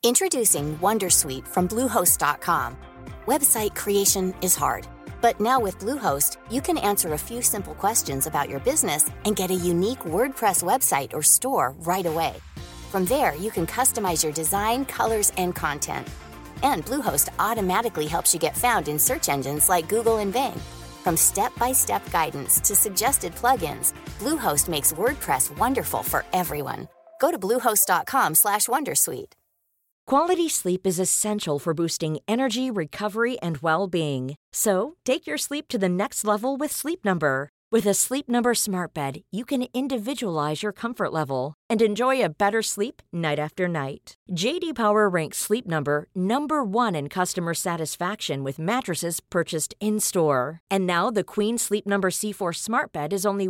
Introducing Wondersuite from Bluehost.com. Website creation is hard, but now with Bluehost, you can answer a few simple questions about your business and get a unique WordPress website or store right away. From there, you can customize your design, colors, and content. And Bluehost automatically helps you get found in search engines like Google and Bing. From step-by-step guidance to suggested plugins, Bluehost makes WordPress wonderful for everyone. Go to bluehost.com/wondersuite. Quality sleep is essential for boosting energy, recovery, and well-being. So, take your sleep to the next level with Sleep Number. With a Sleep Number smart bed, you can individualize your comfort level and enjoy a better sleep night after night. J.D. Power ranks Sleep Number #1 in customer satisfaction with mattresses purchased in-store. And now the Queen Sleep Number C4 smart bed is only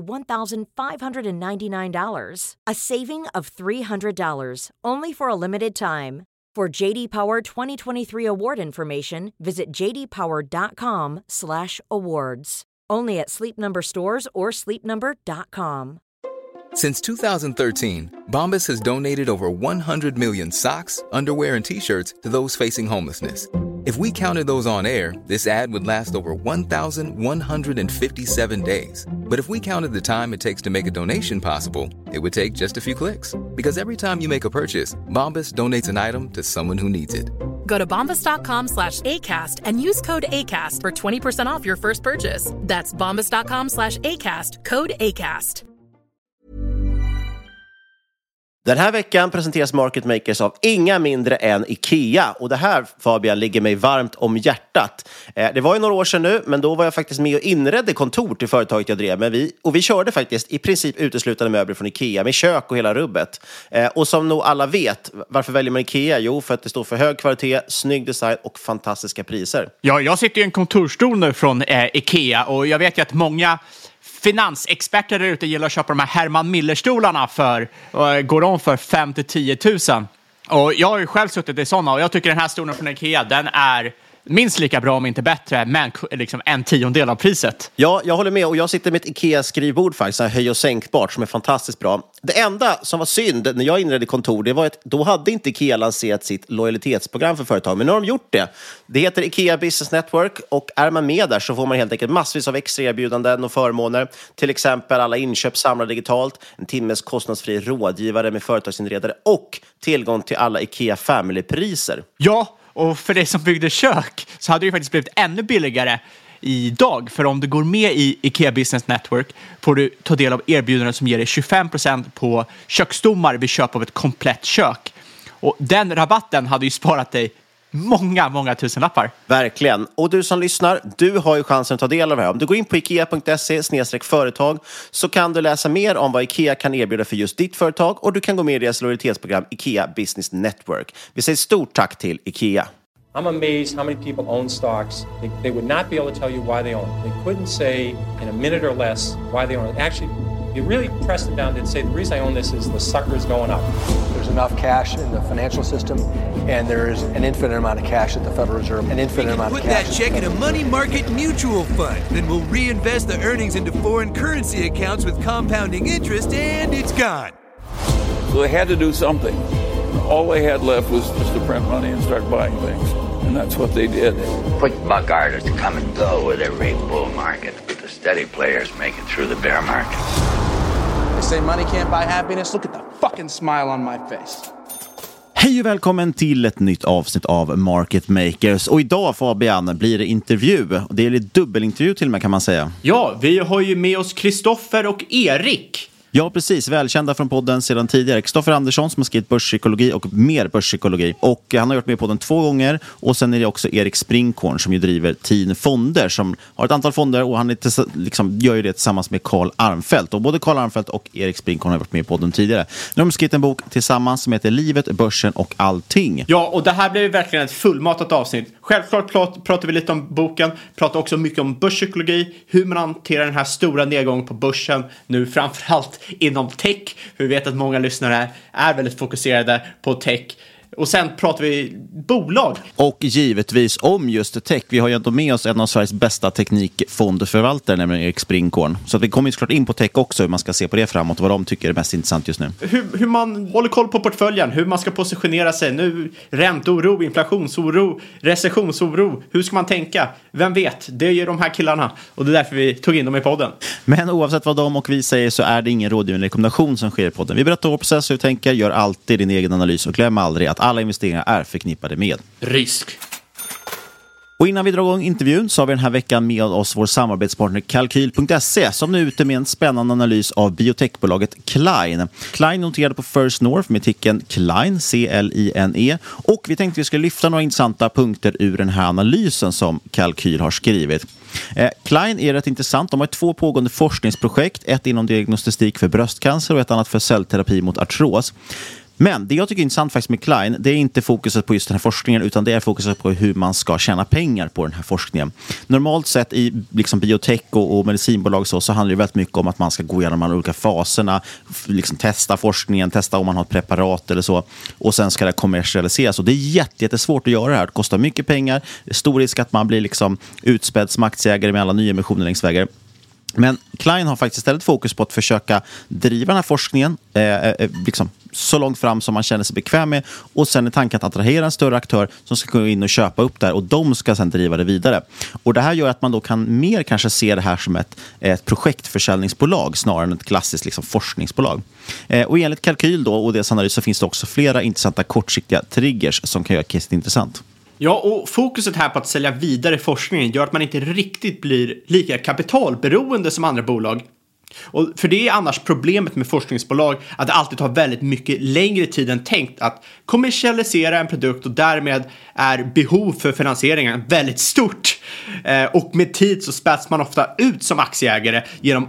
$1,599, a saving of $300, only for a limited time. For JD Power 2023 award information, visit jdpower.com/awards. Only at Sleep Number stores or sleepnumber.com. Since 2013, Bombas has donated over 100 million socks, underwear, and T-shirts to those facing homelessness. If we counted those on air, this ad would last over 1,157 days. But if we counted the time it takes to make a donation possible, it would take just a few clicks. Because every time you make a purchase, Bombas donates an item to someone who needs it. Go to bombas.com/ACAST and use code ACAST for 20% off your first purchase. That's bombas.com/ACAST, code ACAST. Den här veckan presenteras Market Makers av inga mindre än IKEA. Och det här, Fabian, ligger mig varmt om hjärtat. Det var ju några år sedan nu, men då var jag faktiskt med och inredde kontor till företaget jag drev. Och vi körde faktiskt i princip uteslutande möbler från IKEA med kök och hela rubbet. Och som nog alla vet, varför väljer man IKEA? Jo, för att det står för hög kvalitet, snygg design och fantastiska priser. Ja, jag sitter i en kontorstol nu från IKEA och jag vet ju att många finansexperter där ute gillar att köpa de här Herman Miller-stolarna går de för 5 till 10 000. Och jag har ju själv suttit i sådana och jag tycker den här stolen från IKEA, den är minst lika bra om inte bättre, men liksom 1/10 av priset. Ja, jag håller med och jag sitter med ett IKEA-skrivbord faktiskt, höj- och sänkbart som är fantastiskt bra. Det enda som var synd när jag inredde kontor, det var att då hade inte IKEA lanserat sitt lojalitetsprogram för företag, men nu har de gjort det. Det heter IKEA Business Network och är man med där så får man helt enkelt massvis av extra erbjudanden och förmåner. Till exempel alla inköp samlade digitalt, en timmes kostnadsfri rådgivare med företagsinredare och tillgång till alla IKEA Family-priser. Ja, och för det som byggde kök så hade det ju faktiskt blivit ännu billigare idag. För om du går med i IKEA Business Network får du ta del av erbjudanden som ger dig 25% på köksstommar vid köp av ett komplett kök. Och den rabatten hade ju sparat dig många tusenlappar. Verkligen. Och du som lyssnar, du har ju chansen att ta del av det här. Om du går in på ikea.se/företag så kan du läsa mer om vad IKEA kan erbjuda för just ditt företag och du kan gå med i deras lojalitetsprogram IKEA Business Network. Vi säger stort tack till IKEA. I'm amazed how many people own stocks. They would not be able to tell you why they own it. They couldn't say in a minute or less why they own it. Actually, you really press them down and say the reason I own this is the sucker's going up. There's enough cash in the financial system, and there is an infinite amount of cash at the Federal Reserve. An infinite amount of cash. Put that check in a money market mutual fund. Then we'll reinvest the earnings into foreign currency accounts with compounding interest, and it's gone. So they had to do something. All they had left was just to print money and start buying things. And that's what they did. Quick buck artists come and go with every bull market, but the steady players make it through the bear market. They say money can't buy happiness. Look at the fucking smile on my face. Hej och välkommen till ett nytt avsnitt av Market Makers. Och idag, Fabian, blir det intervju. Det är lite dubbelintervju till och med, kan man säga. Ja, vi har ju med oss Kristoffer och Erik. Ja, precis. Välkända från podden sedan tidigare. Kristoffer Andersson som har skrivit börspsykologi och mer börspsykologi. Och han har gjort med podden 2 gånger. Och sen är det också Erik Springhorn som ju driver Teen Fonder som har ett antal fonder. Och han är liksom, gör ju det tillsammans med Carl Armfelt. Och både Carl Armfelt och Erik Springhorn har varit med i podden tidigare. Nu har de skrivit en bok tillsammans som heter Livet, börsen och allting. Ja, och det här blev verkligen ett fullmatat avsnitt. Självklart pratar vi lite om boken. Pratar också mycket om börspsykologi. Hur man hanterar den här stora nedgången på börsen. Nu framförallt inom tech. För vi vet att många lyssnare är väldigt fokuserade på tech. Och sen pratar vi bolag. Och givetvis om just tech. Vi har ju ändå med oss en av Sveriges bästa teknikfondförvaltare, nämligen Erik Sprinkorn. Så att vi kommer ju såklart in på tech också, hur man ska se på det framåt och vad de tycker är mest intressant just nu. Hur man håller koll på portföljen, hur man ska positionera sig nu. Ränteoro, inflationsoro, recessionsoro. Hur ska man tänka? Vem vet? Det är ju de här killarna. Och det är därför vi tog in dem i podden. Men oavsett vad de och vi säger så är det ingen rådgivande rekommendation som sker i podden. Vi berättar vår process, hur vi tänker, gör alltid din egen analys och glöm aldrig att alla investeringar är förknippade med risk. Och innan vi drar igång intervjun så har vi den här veckan med oss vår samarbetspartner Kalkyl.se som nu är ute med en spännande analys av biotechbolaget Cline. Cline noterade på First North med ticken Cline, C-L-I-N-E. Och vi tänkte vi skulle lyfta några intressanta punkter ur den här analysen som Kalkyl har skrivit. Cline är rätt intressant. De har 2 pågående forskningsprojekt. Ett inom diagnostik för bröstcancer och ett annat för cellterapi mot artros. Men det jag tycker är intressant faktiskt med Cline, det är inte fokuset på just den här forskningen utan det är fokuset på hur man ska tjäna pengar på den här forskningen. Normalt sett i liksom biotech och medicinbolag så handlar det väldigt mycket om att man ska gå igenom de olika faserna, liksom testa forskningen, testa om man har ett preparat eller så och sen ska det kommersialiseras. Och det är jättesvårt att göra det här. Det kostar mycket pengar, det är stor risk att man blir liksom utspädd som aktieägare med alla nya emissioner längs vägar. Men Cline har faktiskt istället fokus på att försöka driva den här forskningen liksom så långt fram som man känner sig bekväm med och sen är tanken att attrahera en större aktör som ska gå in och köpa upp det här och de ska sen driva det vidare. Och det här gör att man då kan mer kanske se det här som ett projektförsäljningsbolag snarare än ett klassiskt liksom forskningsbolag. Och enligt Kalkyl då och deras analys så finns det också flera intressanta kortsiktiga triggers som kan göra caset intressant. Ja, och fokuset här på att sälja vidare forskningen gör att man inte riktigt blir lika kapitalberoende som andra bolag. Och för det är annars problemet med forskningsbolag att det alltid tar väldigt mycket längre tid än tänkt att kommersialisera en produkt och därmed är behov för finansieringen väldigt stort. Och med tid så späds man ofta ut som aktieägare genom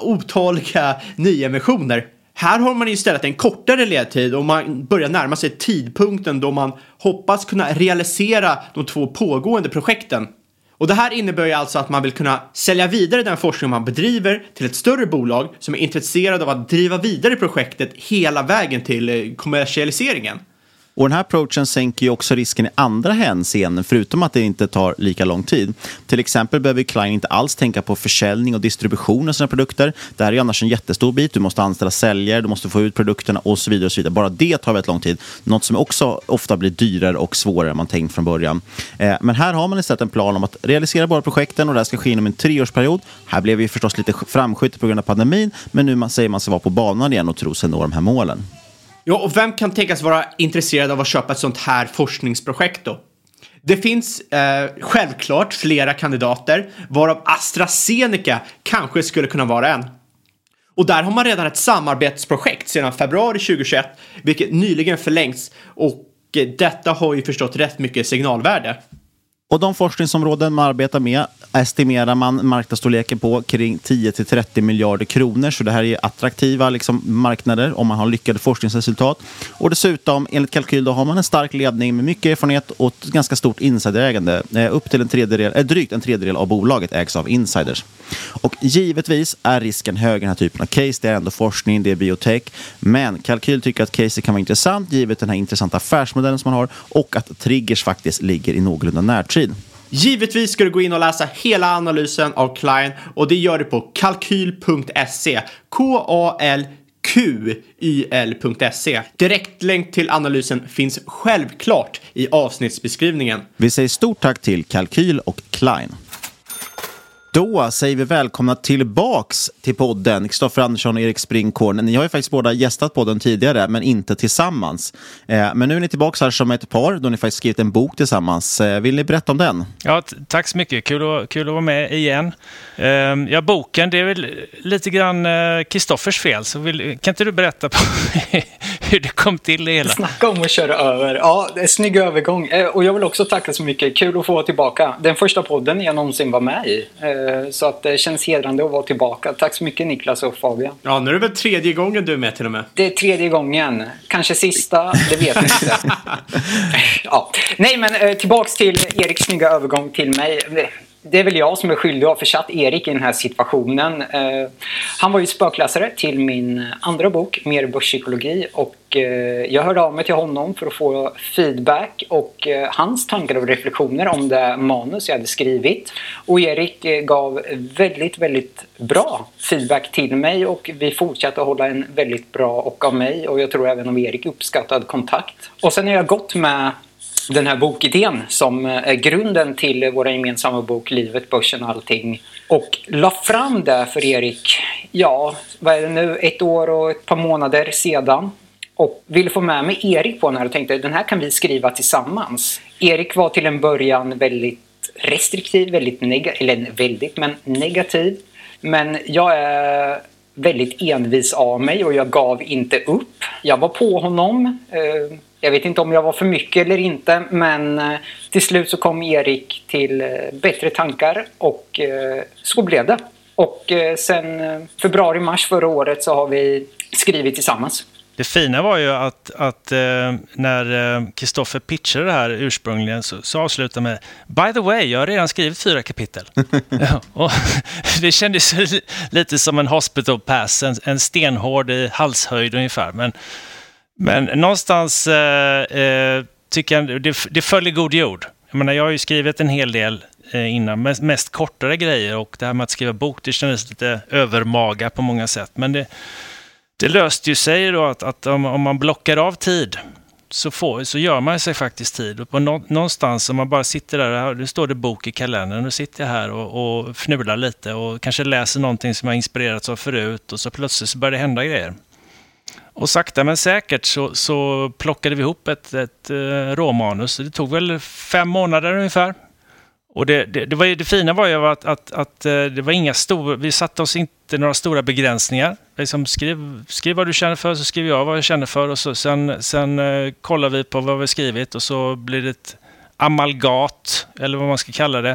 otaliga nyemissioner. Här har man istället en kortare ledtid och man börjar närma sig tidpunkten då man hoppas kunna realisera de 2 pågående projekten. Och det här innebär ju alltså att man vill kunna sälja vidare den forskning man bedriver till ett större bolag som är intresserad av att driva vidare projektet hela vägen till kommersialiseringen. Och den här approachen sänker ju också risken i andra hänseenden förutom att det inte tar lika lång tid. Till exempel behöver Cline inte alls tänka på försäljning och distribution av sina produkter. Det här är ju annars en jättestor bit. Du måste anställa säljare, du måste få ut produkterna och så vidare och så vidare. Bara det tar väldigt lång tid. Något som också ofta blir dyrare och svårare än man tänkt från början. Men här har man istället en plan om att realisera bara projekten och det här ska ske inom en 3-årsperiod. Här blev vi förstås lite framskjutet på grund av pandemin men nu säger man sig vara på banan igen och tror sig nå de här målen. Ja, och vem kan tänkas vara intresserad av att köpa ett sånt här forskningsprojekt då? Det finns självklart flera kandidater, varav AstraZeneca kanske skulle kunna vara en. Och där har man redan ett samarbetsprojekt sedan februari 2021, vilket nyligen förlängts och detta har ju förstått rätt mycket signalvärde. Och de forskningsområden man arbetar med estimerar man marknadsstorleken på kring 10-30 miljarder kronor. Så det här är attraktiva liksom, marknader om man har lyckade forskningsresultat. Och dessutom, enligt Kalkyl, då har man en stark ledning med mycket erfarenhet och ett ganska stort insiderägande. Upp till drygt en tredjedel av bolaget ägs av insiders. Och givetvis är risken hög i den här typen av case. Det är ändå forskning, det är biotech. Men Kalkyl tycker att caset kan vara intressant givet den här intressanta affärsmodellen som man har och att triggers faktiskt ligger i någorlunda närtid. Givetvis ska du gå in och läsa hela analysen av Cline och det gör du på kalkyl.se. KALQYL.se. Direktlänk till analysen finns självklart i avsnittsbeskrivningen. Vi säger stort tack till Kalkyl och Cline. Då säger vi välkomna tillbaks till podden, Kristoffer Andersson och Erik Sprinkorn. Ni har ju faktiskt båda gästat podden tidigare, men inte tillsammans. Men nu är ni tillbaks här som ett par, då ni faktiskt skrivit en bok tillsammans. Vill ni berätta om den? Ja, tack så mycket. Kul att vara med igen. Ja, boken, det är väl lite grann Kristoffers fel. Så kan inte du berätta på hur det kom till det hela? Snacka om att köra över. Ja, det är snygg övergång. Och jag vill också tacka så mycket. Kul att få vara tillbaka. Den första podden jag någonsin var med i. Så att det känns hedrande att vara tillbaka. Tack så mycket Niklas och Fabian. Ja, nu är det väl 3:e gången du är med till och med. Det är 3:e gången. Kanske sista, det vet jag inte. Ja. Nej, men tillbaks till Eriks snygga övergång till mig. det är väl jag som är skyldig att ha försatt Erik i den här situationen. Han var ju spökläsare till min andra bok, Mer börspsykologi, och jag hörde av mig till honom för att få feedback och hans tankar och reflektioner om det manus jag hade skrivit. Och Erik gav väldigt, väldigt bra feedback till mig och vi fortsatte att hålla en väldigt bra och av mig, och jag tror även om Erik uppskattad kontakt. Och sen har jag gått med den här bokidén som är grunden till våra gemensamma bok Livet, börsen och allting, och la fram det för Erik, ja, vad är det nu, 1 år och ett par månader sedan, och ville få med mig Erik på den här och tänkte den här kan vi skriva tillsammans. Erik var till en början väldigt restriktiv, negativ, men jag är väldigt envis av mig och jag gav inte upp. Jag var på honom. Jag vet inte om jag var för mycket eller inte, men till slut så kom Erik till bättre tankar och så blev det. Och sen februari-mars förra året så har vi skrivit tillsammans. Det fina var ju att när Kristoffer pitchade det här ursprungligen så avslutade med by the way, jag har redan skrivit 4 kapitel. Och det kändes lite som en hospital pass, en stenhård i halshöjd ungefär. Men någonstans tycker jag det följer god jord. Jag menar, jag har ju skrivit en hel del innan, mest kortare grejer, och det här med att skriva bok, det kändes lite övermaga på många sätt. Men det löste ju sig då att om man blockar av tid så gör man sig faktiskt tid. Och på någonstans om man bara sitter där, nu står det bok i kalendern, och sitter jag här och fnular lite och kanske läser någonting som jag inspirerats av förut, och så plötsligt så börjar det hända grejer. Och sakta men säkert så plockade vi ihop ett råmanus. Det tog väl 5 månader ungefär. Och det fina var ju att det var inga stora, vi satte oss inte några stora begränsningar. Liksom skriv vad du känner för, så skriver jag vad jag känner för, och så sen kollar vi på vad vi skrivit, och så blir det ett amalgat, eller vad man ska kalla det.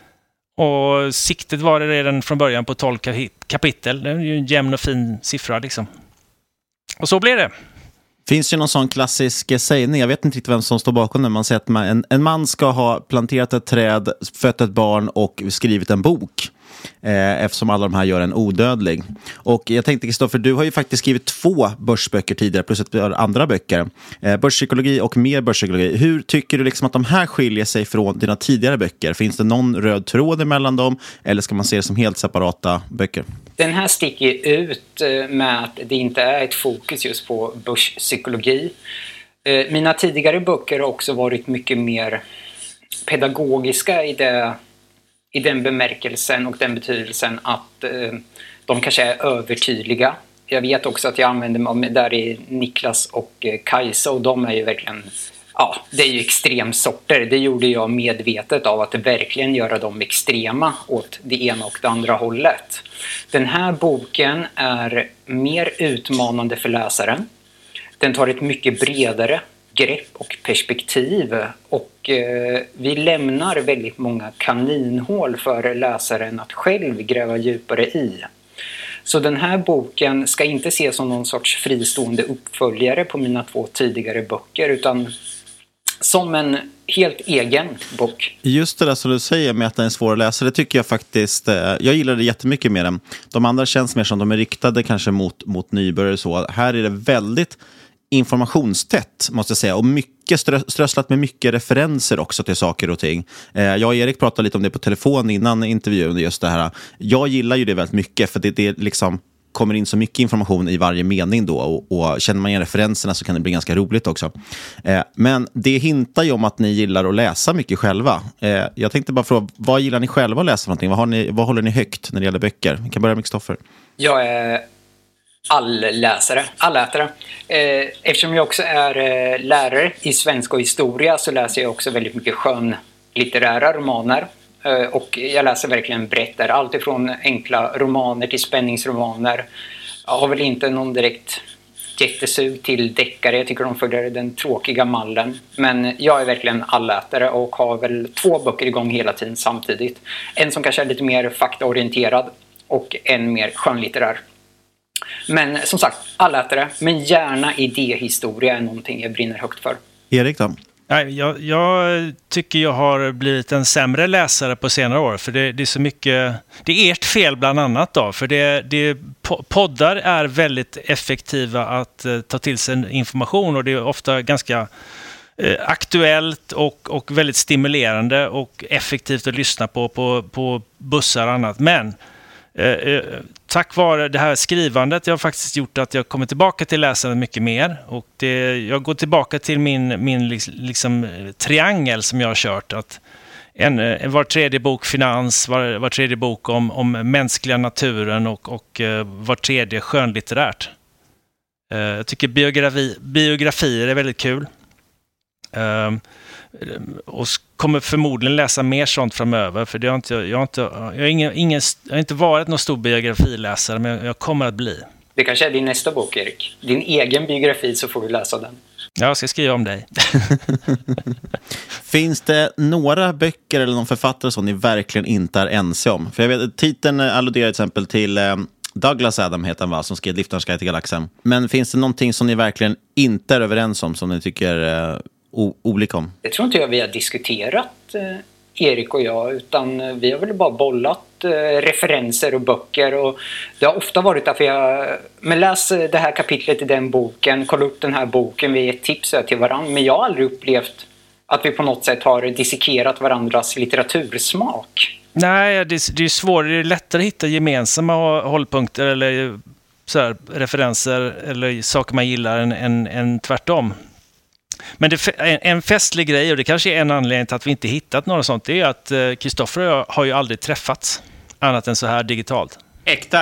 Och siktet var det redan från början på 12 kapitel. Det är ju en jämn och fin siffra liksom. Och så blir det. Finns det någon sån klassisk sägning, jag vet inte riktigt vem som står bakom det, man säger att en man ska ha planterat ett träd, fött ett barn och skrivit en bok. Eftersom alla de här gör en odödlig. Och jag tänkte, Kristoffer, du har ju faktiskt skrivit 2 börsböcker tidigare plus ett par andra böcker. Börspsykologi och Mer börspsykologi. Hur tycker du liksom att de här skiljer sig från dina tidigare böcker? Finns det någon röd tråd mellan dem, eller ska man se det som helt separata böcker? Den här sticker ut med att det inte är ett fokus just på börspsykologi. Mina tidigare böcker har också varit mycket mer pedagogiska i den bemärkelsen och den betydelsen att de kanske är övertydliga. Jag vet också att jag använder mig av där i Niklas och Kajsa, och de är ju verkligen, ja, det är ju extremsorter. Det gjorde jag medvetet av att verkligen göra dem extrema åt det ena och det andra hållet. Den här boken är mer utmanande för läsaren. Den tar ett mycket bredare grepp och perspektiv, och vi lämnar väldigt många kaninhål för läsaren att själv gräva djupare i. Så den här boken ska inte ses som någon sorts fristående uppföljare på mina 2 tidigare böcker, utan som en helt egen bok. Just det där som du säger med att den är svår att läsa, det tycker jag faktiskt, jag gillar det jättemycket med den. De andra känns mer som de är riktade kanske mot nybörjare så. Här är det väldigt informationstätt, måste jag säga, och mycket strösslat med mycket referenser också till saker och ting. Jag och Erik pratade lite om det på telefon innan intervjun, just det här. Jag gillar ju det väldigt mycket, för det liksom kommer in så mycket information i varje mening då, och känner man igen referenserna så kan det bli ganska roligt också. Men det hintar ju om att ni gillar att läsa mycket själva. Jag tänkte bara fråga, vad gillar ni själva att läsa för någonting? Vad håller ni högt när det gäller böcker? Vi kan börja med Kristoffer. Jag är allätare. Eftersom jag också är lärare i svenska och historia så läser jag också väldigt mycket skönlitterära romaner. Och jag läser verkligen brett där. Allt ifrån enkla romaner till spänningsromaner. Jag har väl inte någon direkt jättesug till deckare. Jag tycker de följer den tråkiga mallen. Men jag är verkligen allätare och har väl 2 böcker igång hela tiden samtidigt. En som kanske är lite mer faktaorienterad och en mer skönlitterär. Men som sagt, allätare, men gärna idéhistoria är någonting jag brinner högt för. Erik då? Jag tycker jag har blivit en sämre läsare på senare år, för det är så mycket, det är ert fel bland annat då, för poddar är väldigt effektiva att ta till sig information, och det är ofta ganska aktuellt och väldigt stimulerande och effektivt att lyssna på bussar och annat. Men tack vare det här skrivandet har faktiskt gjort att jag kommer tillbaka till läsandet mycket mer, och jag går tillbaka till min liksom triangel som jag har kört, att var tredje bok finans, var tredje bok om mänskliga naturen och var tredje skönlitterärt. Jag tycker biografier är väldigt kul. Och kommer förmodligen läsa mer sånt framöver, för jag har inte varit någon stor biografiläsare, men jag kommer att bli. Det kanske är din nästa bok, Erik. Din egen biografi, så får vi läsa den. Jag ska skriva om dig. Finns det några böcker eller någon författare som ni verkligen inte är ense om? För jag vet, titeln alluderar till exempel till Douglas Adam heter han, va, som skrev Liftarens guide till galaxen. Men finns det någonting som ni verkligen inte är överens om, som ni tycker olika om? Jag tror inte vi har diskuterat, Erik och jag, utan vi har väl bara bollat referenser och böcker, och det har ofta varit att vi har läs det här kapitlet i den boken, kolla upp den här boken, vi ger tips till varandra, men jag har aldrig upplevt att vi på något sätt har dissekerat varandras litteratursmak. Nej, det är svårare, det är lättare att hitta gemensamma hållpunkter eller så här, referenser eller saker man gillar än tvärtom. Men en festlig grej, och det kanske är en anledning till att vi inte hittat något sånt, det är att Kristoffer och jag har ju aldrig träffats annat än så här digitalt. Äkta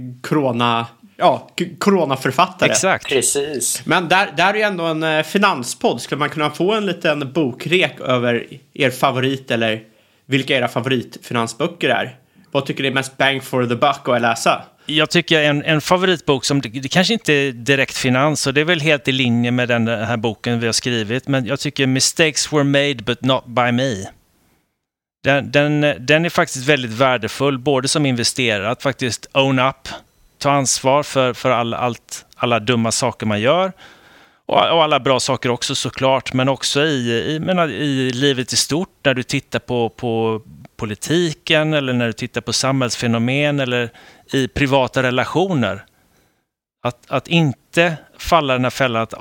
coronaförfattare. Exakt. Precis. Men där är ju ändå en finanspodd. Skulle man kunna få en liten bokrek över er favorit, eller vilka era favoritfinansböcker är? Vad tycker ni är mest bang for the buck att läsa? Jag tycker en favoritbok som det kanske inte är direkt finans, och det är väl helt i linje med den här boken vi har skrivit, men jag tycker Mistakes Were Made But Not By Me. Den är faktiskt väldigt värdefull, både som investerare, att faktiskt own up, ta ansvar för alla dumma saker man gör, och alla bra saker också såklart, men också i livet i stort, när du tittar på politiken, eller när du tittar på samhällsfenomen, eller i privata relationer. Att inte falla den här fällan att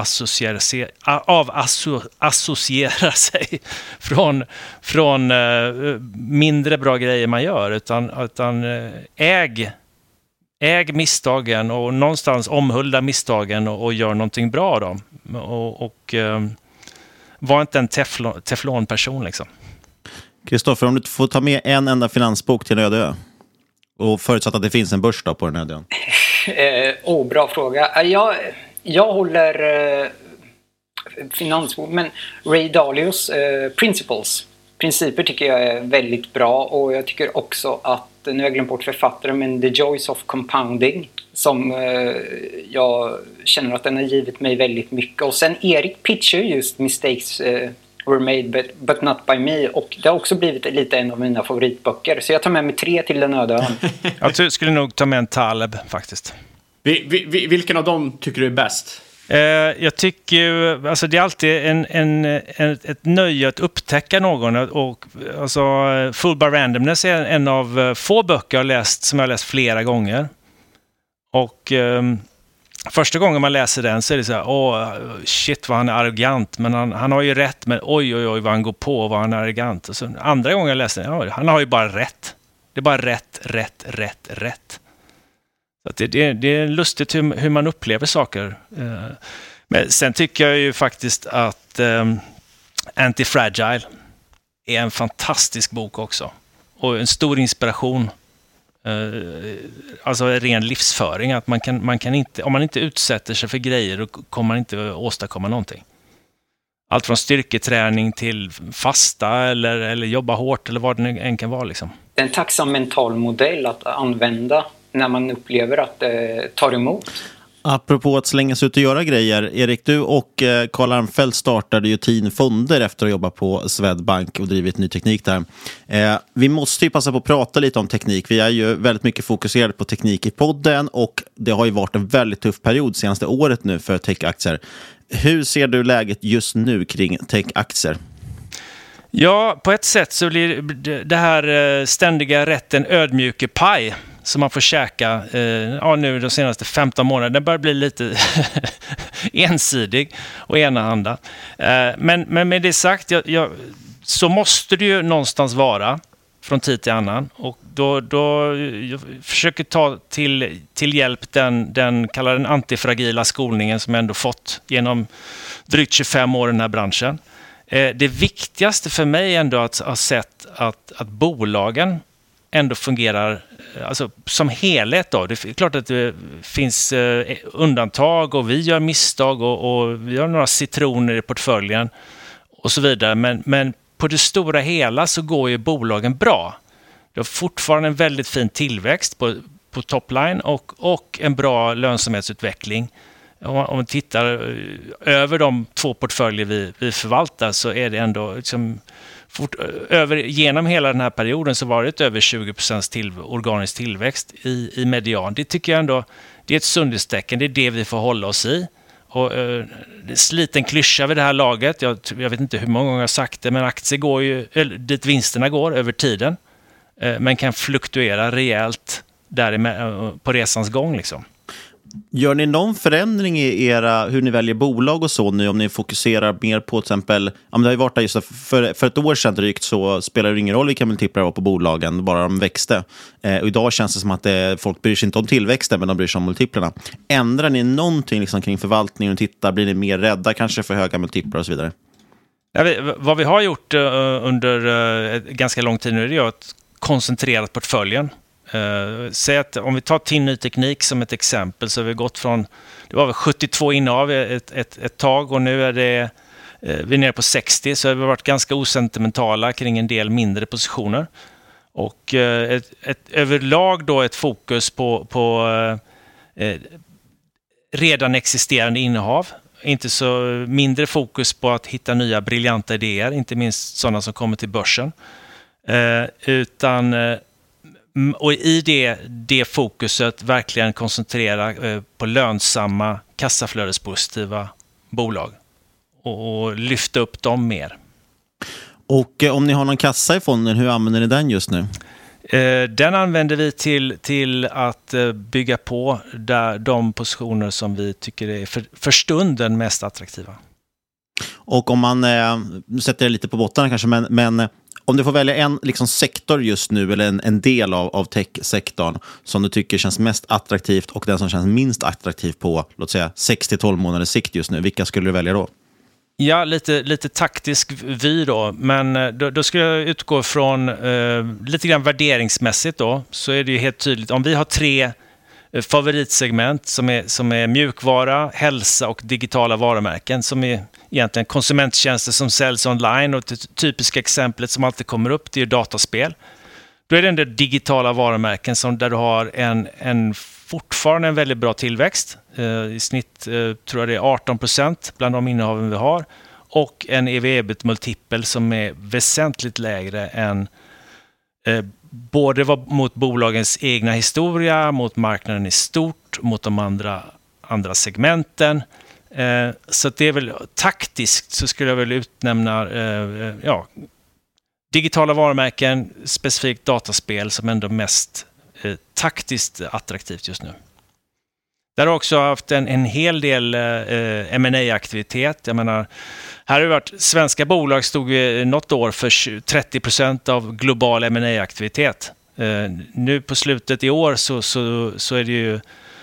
avassociera sig från mindre bra grejer man gör, utan äg misstagen och någonstans omhulda misstagen och gör någonting bra då. Och var inte en teflonperson liksom. Kristoffer, om du får ta med en enda finansbok till en öde ö, och förutsatt att det finns en börs då på den öde ön. Bra fråga. Jag håller finansbok, men Ray Dalios Principer tycker jag är väldigt bra, och jag tycker också att, nu har jag glömt bort författaren, men The Joys of Compounding, som jag känner att den har givit mig väldigt mycket. Och sen Erik pitcher just Mistakes Were Made but Not By Me, och det har också blivit lite en av mina favoritböcker, så jag tar med mig 3 till den öde ön. Jag skulle nog ta med en Taleb faktiskt. Vilken av dem tycker du är bäst? Jag tycker alltså det är alltid ett nöje att upptäcka någon, och alltså Fooled by Randomness är en av få böcker som jag har läst flera gånger, och första gången man läser den så är det så här, shit vad han är arrogant, men han har ju rätt, men oj vad han går på och vad han är arrogant. Och så andra gången jag läser den, han har ju bara rätt. Det är bara rätt. Så att det är lustigt hur man upplever saker. Men sen tycker jag ju faktiskt att Anti-Fragile är en fantastisk bok också. Och en stor inspiration. Alltså ren livsföring, att man kan inte, om man inte utsätter sig för grejer, då kommer man inte åstadkomma någonting. Allt från styrketräning till fasta eller jobba hårt eller vad det än kan vara liksom. Det är en tacksam mental modell att använda när man upplever att det tar emot. Apropå att slänga sig ut och göra grejer, Erik, du och Karl Armfeldt startade ju Teen Fonder efter att jobba på Swedbank och drivit ny teknik där. Vi måste ju passa på att prata lite om teknik. Vi är ju väldigt mycket fokuserade på teknik i podden, och det har ju varit en väldigt tuff period senaste året nu för techaktier. Hur ser du läget just nu kring tech-aktier? Ja, på ett sätt så blir det här ständiga rätten ödmjuke paj som man får käka nu de senaste 15 månaderna. Den börjar bli lite ensidig och enahanda. Men med det sagt, så måste det ju någonstans vara från tid till annan. Och då jag försöker ta till hjälp den kallar den antifragila skolningen som jag ändå fått genom drygt 25 år i den här branschen. Det viktigaste för mig ändå att ha sett att bolagen ändå fungerar alltså som helhet då. Det är klart att det finns undantag och vi gör misstag och vi har några citroner i portföljen och så vidare. Men på det stora hela så går ju bolagen bra. Det har fortfarande en väldigt fin tillväxt på topline och en bra lönsamhetsutveckling. Om man tittar över de 2 portföljer vi förvaltar så är det ändå liksom genom hela den här perioden så var det över 20% organisk tillväxt i median. Det tycker jag ändå, det är ett sundhetstecken, det är det vi får hålla oss i. Och det är en sliten klyscha vid det här laget, jag vet inte hur många gånger jag har sagt det, men aktier går ju dit vinsterna går över tiden, men kan fluktuera rejält där på resans gång liksom. Gör ni någon förändring i hur ni väljer bolag och så nu, om ni fokuserar mer på till exempel, det har ju varit där just för ett år sedan drygt så spelar det ingen roll vilka multiplar det var på bolagen, bara de växte. Och idag känns det som att folk bryr sig inte om tillväxten men de bryr sig om multiplarna. Ändrar ni någonting liksom kring förvaltningen och tittar, blir ni mer rädda kanske för höga multiplar och så vidare? Vad vi har gjort under ganska lång tid nu är ju att koncentrera portföljen. Säg att om vi tar TIN Ny Teknik som ett exempel så har vi gått från, det var väl 72 innehav ett tag och nu är vi är nere på 60, så har vi varit ganska osentimentala kring en del mindre positioner och överlag då ett fokus på redan existerande innehav, inte så mindre fokus på att hitta nya briljanta idéer, inte minst sådana som kommer till börsen, utan och i det fokuset verkligen koncentrera på lönsamma kassaflödespositiva bolag och lyfta upp dem mer. Och om ni har någon kassa i fonden, hur använder ni den just nu? Den använder vi till att bygga på de positioner som vi tycker är för stunden mest attraktiva. Och om man sätter det lite på botten kanske, men om du får välja en liksom sektor just nu eller en del av tech-sektorn som du tycker känns mest attraktivt och den som känns minst attraktiv på, låt säga 6-12 månaders sikt just nu, vilka skulle du välja då? Ja, lite taktisk vy då, men då skulle jag utgå från lite grann värderingsmässigt då, så är det ju helt tydligt, om vi har 3 favoritsegment som är mjukvara, hälsa och digitala varumärken som är egentligen konsumenttjänster som säljs online, och det typiska exemplet som alltid kommer upp det är ju dataspel. Då är det den digitala varumärken där du har fortfarande en väldigt bra tillväxt. I snitt tror jag det är 18% bland de innehaven vi har, och en EV/EBIT-multipel som är väsentligt lägre än både mot bolagens egna historia, mot marknaden i stort, mot de andra segmenten. Så det är väl taktiskt så skulle jag väl utnämna digitala varumärken, specifikt dataspel som ändå mest taktiskt attraktivt just nu. Där har också haft en hel del M&A-aktivitet. Jag menar, här har det varit, svenska bolag stod något år för 30% av global M&A-aktivitet. Nu på slutet i år så är det ju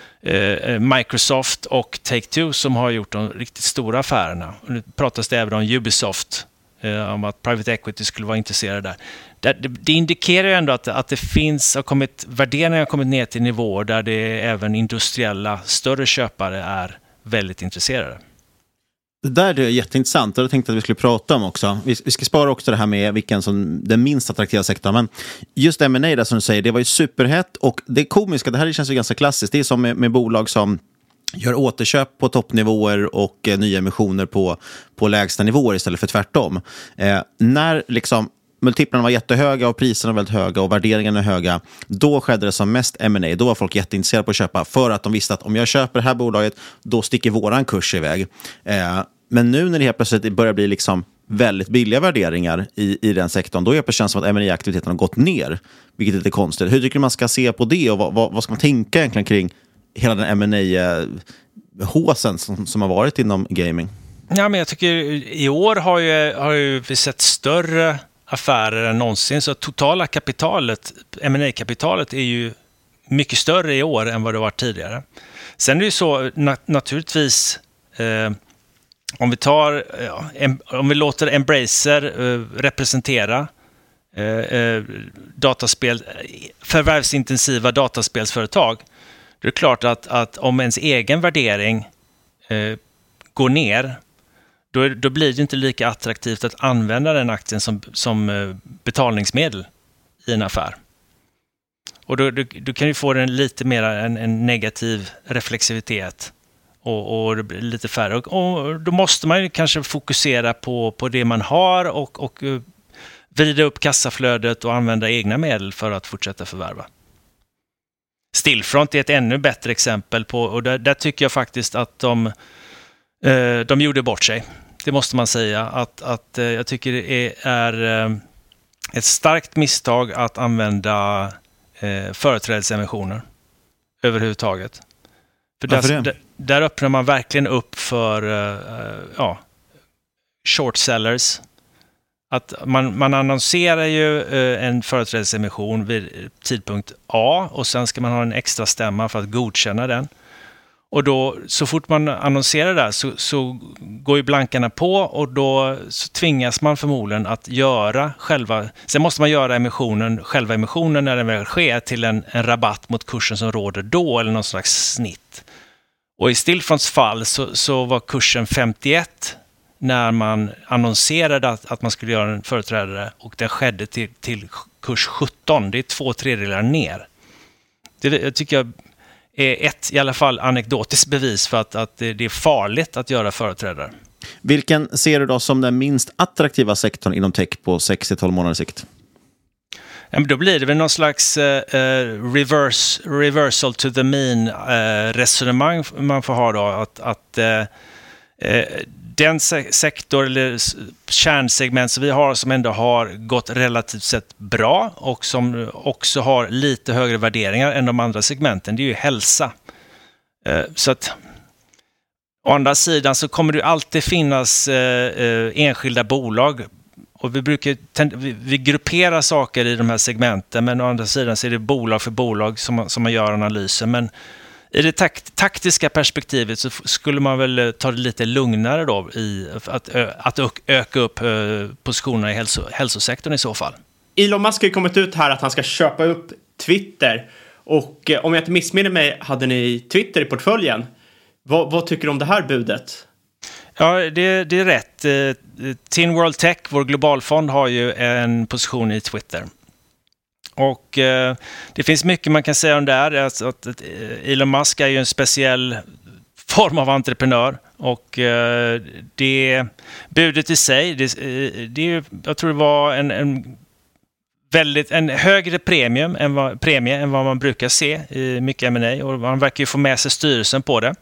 Microsoft och Take-Two som har gjort de riktigt stora affärerna. Nu pratas det även om Ubisoft, om att private equity skulle vara intresserade där. Det indikerar ju ändå att det finns, värderingar har kommit ner till nivåer där det även industriella större köpare är väldigt intresserade. Det där är jätteintressant och jag tänkte att vi skulle prata om också. Vi ska spara också det här med vilken som den minst attraktiva sektorn. Men just M&A där som du säger, det var ju superhett, och det komiska, det här känns ju ganska klassiskt. Det är som med bolag som gör återköp på toppnivåer och nya emissioner på lägsta nivåer istället för tvärtom. När liksom multiplarna var jättehöga och priserna var väldigt höga och värderingarna är höga, då skedde det som mest M&A. Då var folk jätteintresserade på att köpa för att de visste att om jag köper det här bolaget, då sticker våran kurs iväg. Men nu när det helt plötsligt börjar bli liksom väldigt billiga värderingar i den sektorn, då är det känns som att M&A-aktiviteten har gått ner, vilket är lite konstigt. Hur tycker du man ska se på det och vad ska man tänka egentligen kring hela den M&A-håsen som har varit inom gaming? Ja, men jag tycker i år har ju vi sett större affärer än någonsin, så totala kapitalet, M&A-kapitalet är ju mycket större i år än vad det var tidigare. Sen är det ju så naturligtvis om vi låter Embracer representera förvärvsintensiva dataspelsföretag, det är klart att om ens egen värdering går ner, då blir det inte lika attraktivt att använda den aktien som betalningsmedel i en affär. Och då kan du få den lite mer en negativ reflexivitet och det blir lite färre. Och då måste man ju kanske fokusera på det man har och vrida upp kassaflödet och använda egna medel för att fortsätta förvärva. Stillfront är ett ännu bättre exempel på, och där tycker jag faktiskt att de gjorde bort sig. Det måste man säga. Att jag tycker det är ett starkt misstag att använda företrädesemissioner överhuvudtaget. För där öppnar man verkligen upp för short sellers. Att man annonserar ju en företrädesemission vid tidpunkt A och sen ska man ha en extra stämma för att godkänna den. Och då, så fort man annonserar där så går ju blankarna på och då så tvingas man förmodligen att göra sen måste man göra själva emissionen när den väl sker till en rabatt mot kursen som råder då eller någon slags snitt. Och i Stillfronts fall så var kursen 51 när man annonserade att man skulle göra en företrädare och den skedde till kurs 17. Det är 2/3 ner. Det tycker jag är ett i alla fall anekdotiskt bevis för att det är farligt att göra företrädare. Vilken ser du då som den minst attraktiva sektorn inom tech på 6-12 månaders sikt? Ja, men då blir det väl någon slags reversal to the mean resonemang man får ha då. Att den sektor eller kärnsegment som vi har som ändå har gått relativt sett bra och som också har lite högre värderingar än de andra segmenten, det är ju hälsa. Så att å andra sidan så kommer det alltid finnas enskilda bolag och vi grupperar saker i de här segmenten, men å andra sidan så är det bolag för bolag som man gör analyser. Men i det taktiska perspektivet så skulle man väl ta det lite lugnare då i att öka upp positionerna i hälsosektorn i så fall. Elon Musk har kommit ut här att han ska köpa upp Twitter. Och om jag inte missminner mig hade ni Twitter i portföljen. Vad tycker du om det här budet? Ja, det är rätt. Tin World Tech, vår globalfond, har ju en position i Twitter. Och det finns mycket man kan säga om det här. Alltså att Elon Musk är ju en speciell form av entreprenör. Och det budet i sig, jag tror det var en högre premie än vad man brukar se i mycket M&A. Och man verkar ju få med sig styrelsen på det.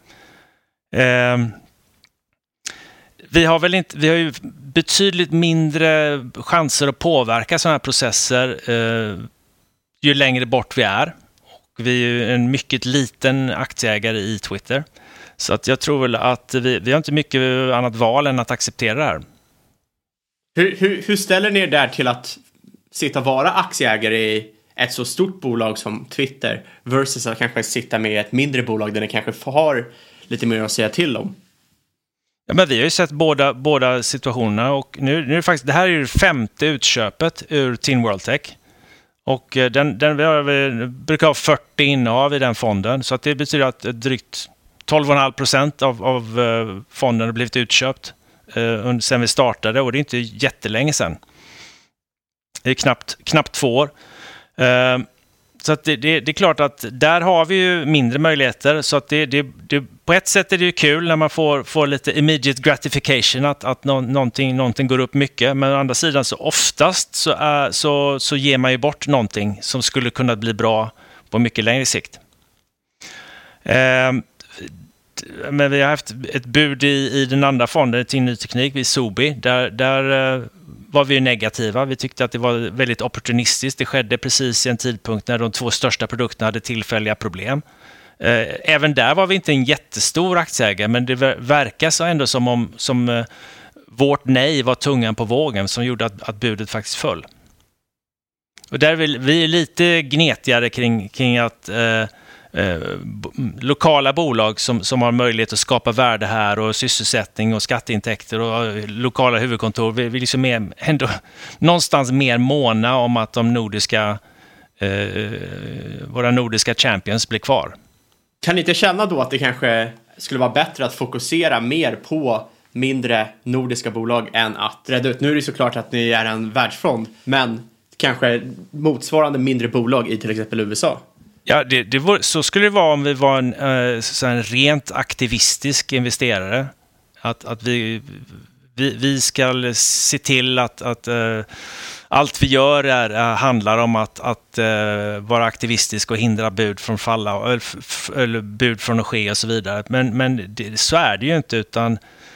Vi har ju betydligt mindre chanser att påverka sådana här processer ju längre bort vi är. Och vi är ju en mycket liten aktieägare i Twitter. Så att jag tror väl att vi har inte mycket annat val än att acceptera det här. Hur ställer ni er där till att sitta och vara aktieägare i ett så stort bolag som Twitter versus att kanske sitta med ett mindre bolag där ni kanske har lite mer att säga till om? Ja, men vi har ju sett båda situationerna och nu är det faktiskt, det här är ju 5:e utköpet ur Tin World Tech. Och den vi brukar ha 40 innehav i den fonden, så att det betyder att drygt 12,5% av fonden har blivit utköpt sen vi startade, och det är inte jättelänge sedan. Det är knappt 2 år. Så att det är klart att där har vi ju mindre möjligheter. Så att det på ett sätt är det ju kul när man får lite immediate gratification, att någonting går upp mycket. Men å andra sidan så oftast så ger man ju bort någonting som skulle kunna bli bra på mycket längre sikt. Men vi har haft ett bud i den andra fonden till ny teknik vid Sobi. Där var vi ju negativa. Vi tyckte att det var väldigt opportunistiskt. Det skedde precis i en tidpunkt när de 2 största produkterna hade tillfälliga problem. Även där var vi inte en jättestor aktieägare, men det verkar så ändå som vårt nej var tungan på vågen som gjorde att budet faktiskt föll. Och där vi är lite gnetigare kring att lokala bolag som har möjlighet att skapa värde här och sysselsättning och skatteintäkter och lokala huvudkontor. Vi liksom är ändå någonstans mer måna om att våra nordiska champions blir kvar. Kan ni inte känna då att det kanske skulle vara bättre att fokusera mer på mindre nordiska bolag än att rädda ut? Nu är det såklart att ni är en världsfond, men kanske motsvarande mindre bolag i till exempel USA. Ja, så skulle det vara om vi var en rent aktivistisk investerare. Att vi ska se till att allt vi gör handlar om att vara aktivistisk och hindra bud från falla eller bud från att ske och så vidare. Men så är det ju inte, utan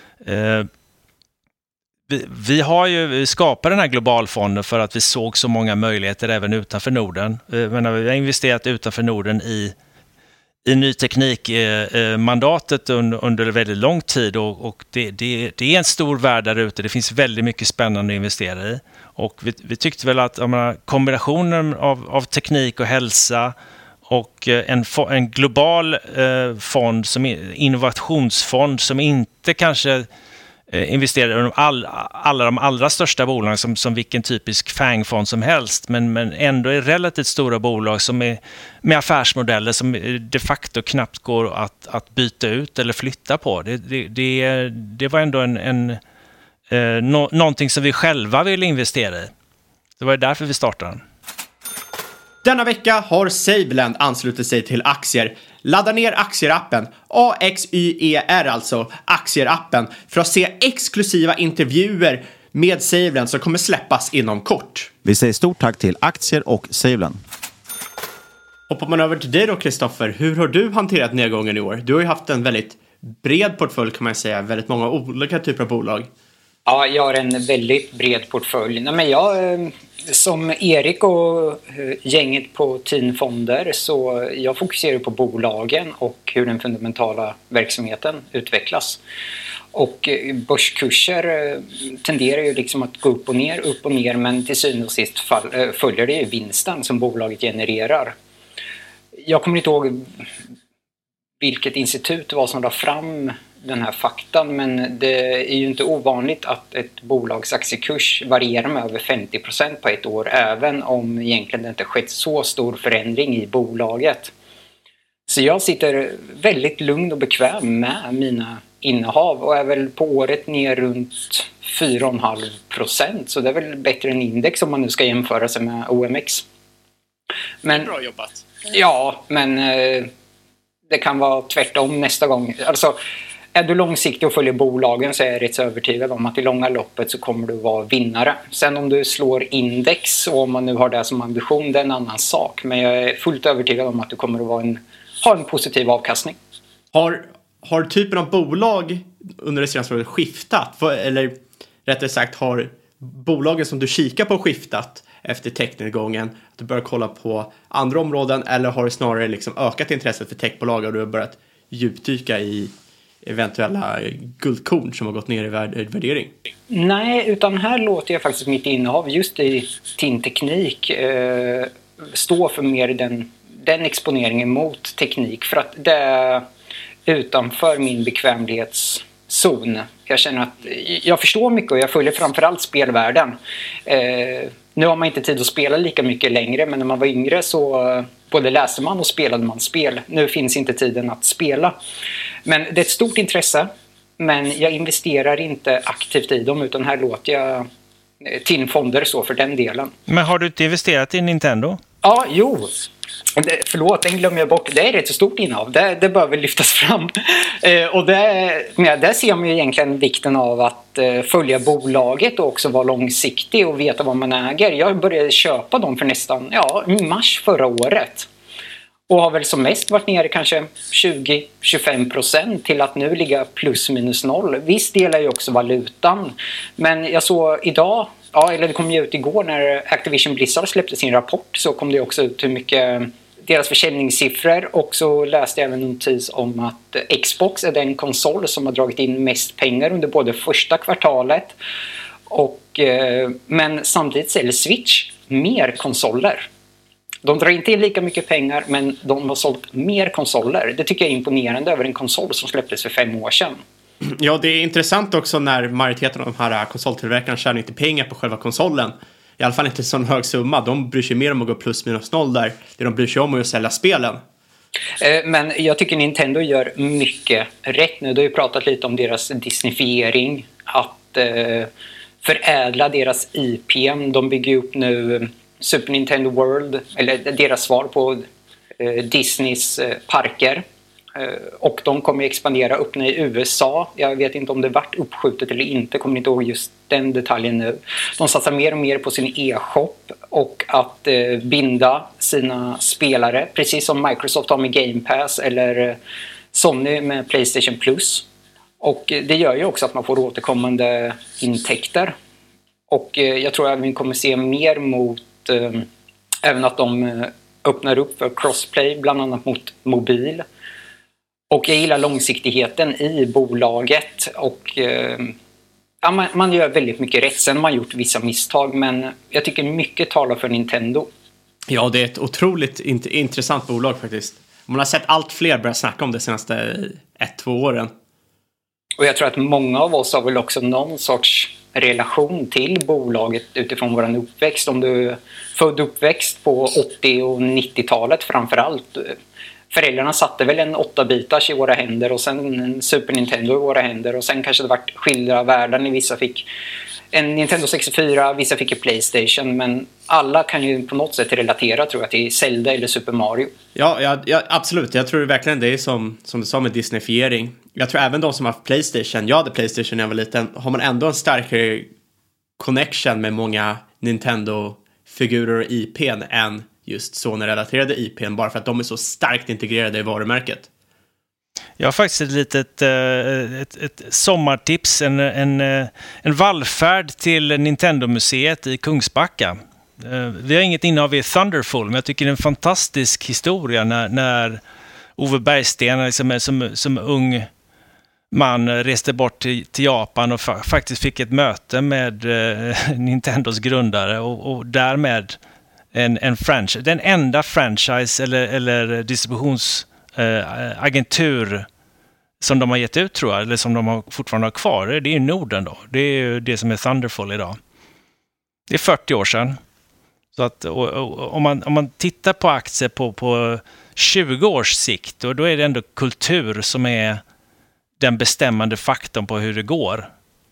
vi skapade den här globalfonden för att vi såg så många möjligheter även utanför Norden. Men vi har investerat utanför Norden i ny teknik-mandatet under väldigt lång tid och det är en stor värld där ute. Det finns väldigt mycket spännande att investera i. Och vi tyckte väl att kombinationen av teknik och hälsa och en global fond, innovationsfond som inte kanske investerar i alla de allra största bolagen som vilken typisk FANG-fond som helst, men ändå är relativt stora bolag som är med affärsmodeller som de facto knappt går att byta ut eller flytta på. Det var ändå någonting som vi själva ville investera i. Det var därför vi startade den. Denna vecka har SaveLend anslutit sig till Aktier. Ladda ner Aktier-appen, AXYER alltså, Aktier-appen, för att se exklusiva intervjuer med SaveLend som kommer släppas inom kort. Vi säger stort tack till Aktier och SaveLend. Hoppar man över till dig då, Kristoffer, hur har du hanterat nedgången i år? Du har ju haft en väldigt bred portfölj kan man säga, väldigt många olika typer av bolag. Ja, jag har en väldigt bred portfölj. Men jag, som Erik och gänget på TIN Fonder, så jag fokuserar på bolagen och hur den fundamentala verksamheten utvecklas. Och börskurser tenderar ju liksom att gå upp och ner, men till syvende och sist följer det ju vinsten som bolaget genererar. Jag kommer inte ihåg vilket institut det var som la fram den här faktan, men det är ju inte ovanligt att ett bolags aktiekurs varierar med över 50% på ett år, även om egentligen det inte skett så stor förändring i bolaget. Så jag sitter väldigt lugn och bekväm med mina innehav och är väl på året ner runt 4,5%, så det är väl bättre än index om man nu ska jämföra sig med OMX. Men, bra jobbat. Ja, men det kan vara tvärtom nästa gång. Alltså, är du långsiktig och följer bolagen så är jag rätt så övertygad om att i långa loppet så kommer du vara vinnare. Sen om du slår index och om man nu har det som ambition, det är en annan sak. Men jag är fullt övertygad om att du kommer att ha en positiv avkastning. Har typen av bolag under det senaste året skiftat? Eller rättare sagt, har bolagen som du kikar på skiftat efter technedgången? Att du börjar kolla på andra områden, eller har det snarare liksom ökat intresset för techbolag och du har börjat djupdyka i eventuella guldkorn som har gått ner i värdering? Nej, utan här låter jag faktiskt mitt innehav just i TIN Teknik stå för mer den exponeringen mot teknik, för att det är utanför min bekvämlighetszon. Jag känner att jag förstår mycket och jag följer framförallt spelvärlden. Nu har man inte tid att spela lika mycket längre, men när man var yngre så både läste man och spelade man spel. Nu finns inte tiden att spela. Men det är ett stort intresse, men jag investerar inte aktivt i dem, utan här låter jag TIN Fonder så för den delen. Men har du inte investerat i Nintendo? Ja, jo. Förlåt, den glömmer jag bort. Det är rätt så stort innehav. Det bör väl lyftas fram. Och där ser man ju egentligen vikten av att följa bolaget och också vara långsiktig och veta vad man äger. Jag började köpa dem för nästan mars förra året. Och har väl som mest varit nere kanske 20-25% till att nu ligga plus minus noll. Visst delar ju också valutan. Men jag såg idag, eller det kom ju ut igår när Activision Blizzard släppte sin rapport, så kom det också ut hur mycket deras försäljningssiffror, och så läste jag även en notis om att Xbox är den konsol som har dragit in mest pengar under både första kvartalet men samtidigt säljer Switch mer konsoler. De drar inte in lika mycket pengar, men de har sålt mer konsoler. Det tycker jag är imponerande över en konsol som släpptes för 5 år sedan. Ja, det är intressant också när majoriteten av de här konsoltillverkarna tjänar inte pengar på själva konsolen. I alla fall inte så hög summa. De bryr sig mer om att gå plus minus noll där. Det de bryr sig om är att sälja spelen. Men jag tycker Nintendo gör mycket rätt nu. Du har ju pratat lite om deras disneyfiering. Att förädla deras IPM. De bygger upp nu Super Nintendo World, eller deras svar på Disneys parker. Och de kommer expandera upp i USA. Jag vet inte om det varit uppskjutet eller inte. Kommer inte ihåg just den detaljen nu. De satsar mer och mer på sin e-shop och att binda sina spelare. Precis som Microsoft har med Game Pass eller Sony med PlayStation Plus. Och det gör ju också att man får återkommande intäkter. Och jag tror att vi kommer se mer mot även att de öppnar upp för crossplay, bland annat mot mobil. Och jag gillar långsiktigheten i bolaget och man gör väldigt mycket rätt. Sen har man gjort vissa misstag, men jag tycker mycket talar för Nintendo. Ja, det är ett otroligt intressant bolag faktiskt. Man har sett allt fler börja snacka om det senaste 1-2 åren. Och jag tror att många av oss har väl också någon sorts relation till bolaget utifrån vår uppväxt. Om du är född uppväxt på 80- och 90-talet framförallt. Föräldrarna satte väl en 8-bitars i våra händer och sen en Super Nintendo i våra händer. Och sen kanske det varit skilda världar. Vissa fick en Nintendo 64, vissa fick en PlayStation. Men alla kan ju på något sätt relatera, tror jag, till Zelda eller Super Mario. Ja, absolut. Jag tror verkligen det är som du sa med Disneyfiering. Jag tror även de som har haft PlayStation, jag hade PlayStation när jag var liten, har man ändå en starkare connection med många Nintendo-figurer och IPn än just Sony-relaterade IPn, bara för att de är så starkt integrerade i varumärket. Jag har faktiskt ett litet ett sommartips, en vallfärd till Nintendo-museet i Kungsbacka. Vi har inget innehav i Thunderful, men jag tycker det är en fantastisk historia när Ove Bergsten liksom som ung man reste bort till Japan och faktiskt fick ett möte med Nintendos grundare och därmed en franchise, den enda franchise eller distributionsagentur som de har gett ut, tror jag, eller som de fortfarande har kvar. Det är Norden då. Det är ju det som är Thunderful idag. Det är 40 år sedan. Så att om man tittar på aktier på 20 års sikt, då är det ändå kultur som är den bestämmande faktorn på hur det går.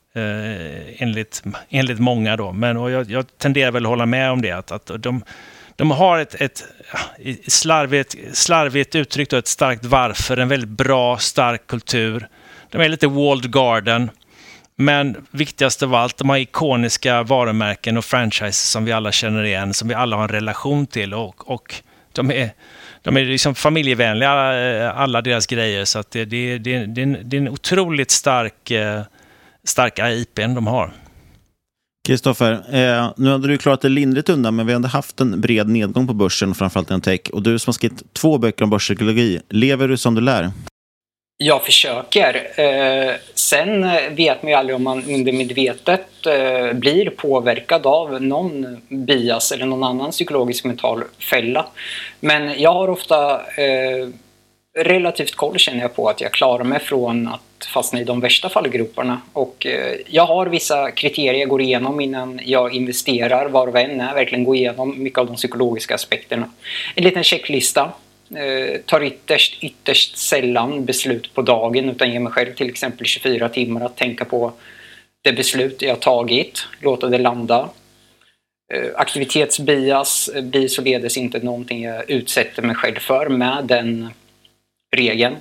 Enligt många då. Men jag tenderar väl att hålla med om det. Att de har ett slarvigt uttryckt och ett starkt varför. En väldigt bra, stark kultur. De är lite walled garden. Men viktigast av allt, de har ikoniska varumärken och franchises som vi alla känner igen. Som vi alla har en relation till. Och de är liksom familjevänliga, alla deras grejer. Så att det är en otroligt starka IPn de har. Kristoffer, nu hade du klarat det lindrigt undan, men vi hade haft en bred nedgång på börsen, framförallt inom tech. Och du som har skrivit 2 böcker om börspsykologi, lever du som du lär? Jag försöker. Sen vet man ju aldrig om man undermedvetet blir påverkad av någon bias eller någon annan psykologisk mental fälla. Men jag har ofta relativt koll, känner jag, på att jag klarar mig från att fastna i de värsta fallgroparna. Och jag har vissa kriterier jag går igenom innan jag investerar, var och en är, verkligen gå igenom mycket av de psykologiska aspekterna. En liten checklista. Tar ytterst sällan beslut på dagen, utan ger mig själv till exempel 24 timmar att tänka på det beslut jag har tagit, låta det landa. Aktivitetsbias blir således inte någonting jag utsätter mig själv för med den regeln.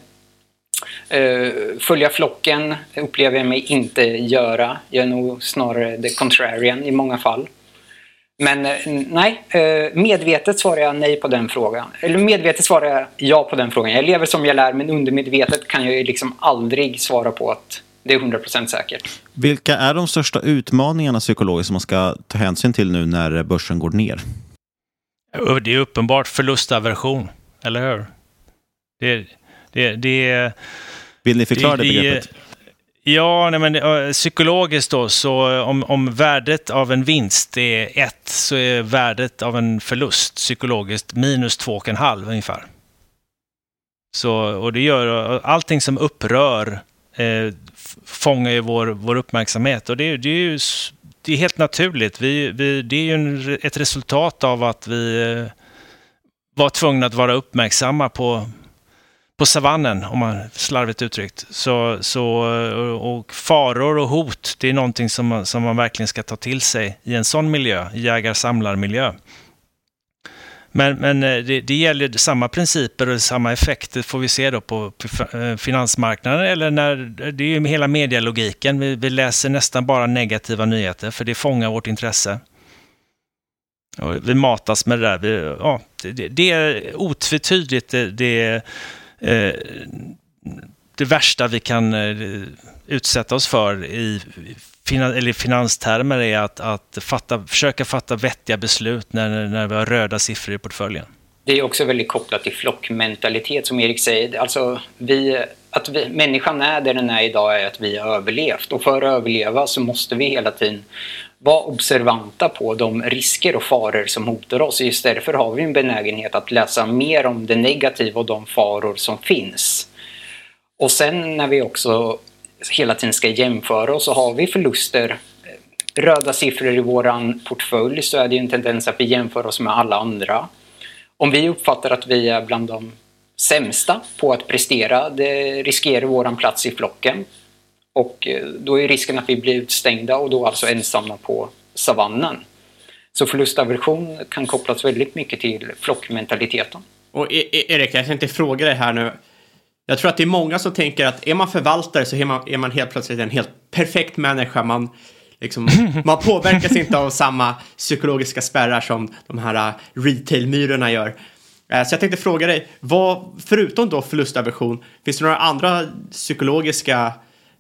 Följa flocken upplever jag mig inte göra. Jag är nog snarare the contrarian i många fall. Men nej, medvetet svarar jag nej på den frågan. Eller medvetet svarar jag ja på den frågan. Jag lever som jag lär, men undermedvetet kan jag ju liksom aldrig svara på att det är 100% säkert. Vilka är de största utmaningarna psykologiskt som man ska ta hänsyn till nu när börsen går ner? Det är uppenbart förlustaversion, eller hur? Vill ni förklara det begreppet? Ja, nej, men psykologiskt då, så om värdet av en vinst är 1 så är värdet av en förlust psykologiskt minus 2,5 ungefär. Så, och det gör allting som upprör fångar ju vår uppmärksamhet, och det är helt naturligt. Det är ju ett resultat av att vi var tvungna att vara uppmärksamma på savannen, om man slarvigt uttryckt. Och faror och hot, det är någonting som man verkligen ska ta till sig i en sån miljö, jägar-samlarmiljö. Men det gäller samma principer och samma effekter får vi se då på finansmarknaden, eller när det är ju hela medialogiken. Vi läser nästan bara negativa nyheter för det fångar vårt intresse. Och vi matas med det där. Det är otvetydigt det värsta vi kan utsätta oss för i finanstermer är att försöka fatta vettiga beslut när vi har röda siffror i portföljen. Det är också väldigt kopplat till flockmentalitet som Erik säger. Alltså människan är där den är idag är att vi har överlevt, och för att överleva så måste vi hela tiden vara observanta på de risker och faror som hotar oss. Just därför har vi en benägenhet att läsa mer om det negativa och de faror som finns. Och sen när vi också hela tiden ska jämföra oss, så har vi förluster, röda siffror i våran portfölj, så är det ju en tendens att vi jämför oss med alla andra. Om vi uppfattar att vi är bland de sämsta på att prestera, det riskerar våran plats i flocken. Och då är risken att vi blir utstängda och då alltså ensamma på savannen. Så förlustaversion kan kopplas väldigt mycket till flockmentaliteten. Och Erik, jag tänkte fråga dig här nu. Jag tror att det är många som tänker att är man förvaltare så är man helt plötsligt en helt perfekt människa. Man påverkas inte av samma psykologiska spärrar som de här retail-myrorna gör. Så jag tänkte fråga dig, förutom då förlustaversion, finns det några andra psykologiska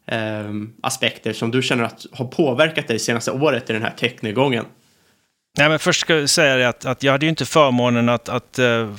aspekter som du känner att har påverkat dig senaste året i den här technedgången? Nej, men först ska jag säga att jag hade ju inte förmånen att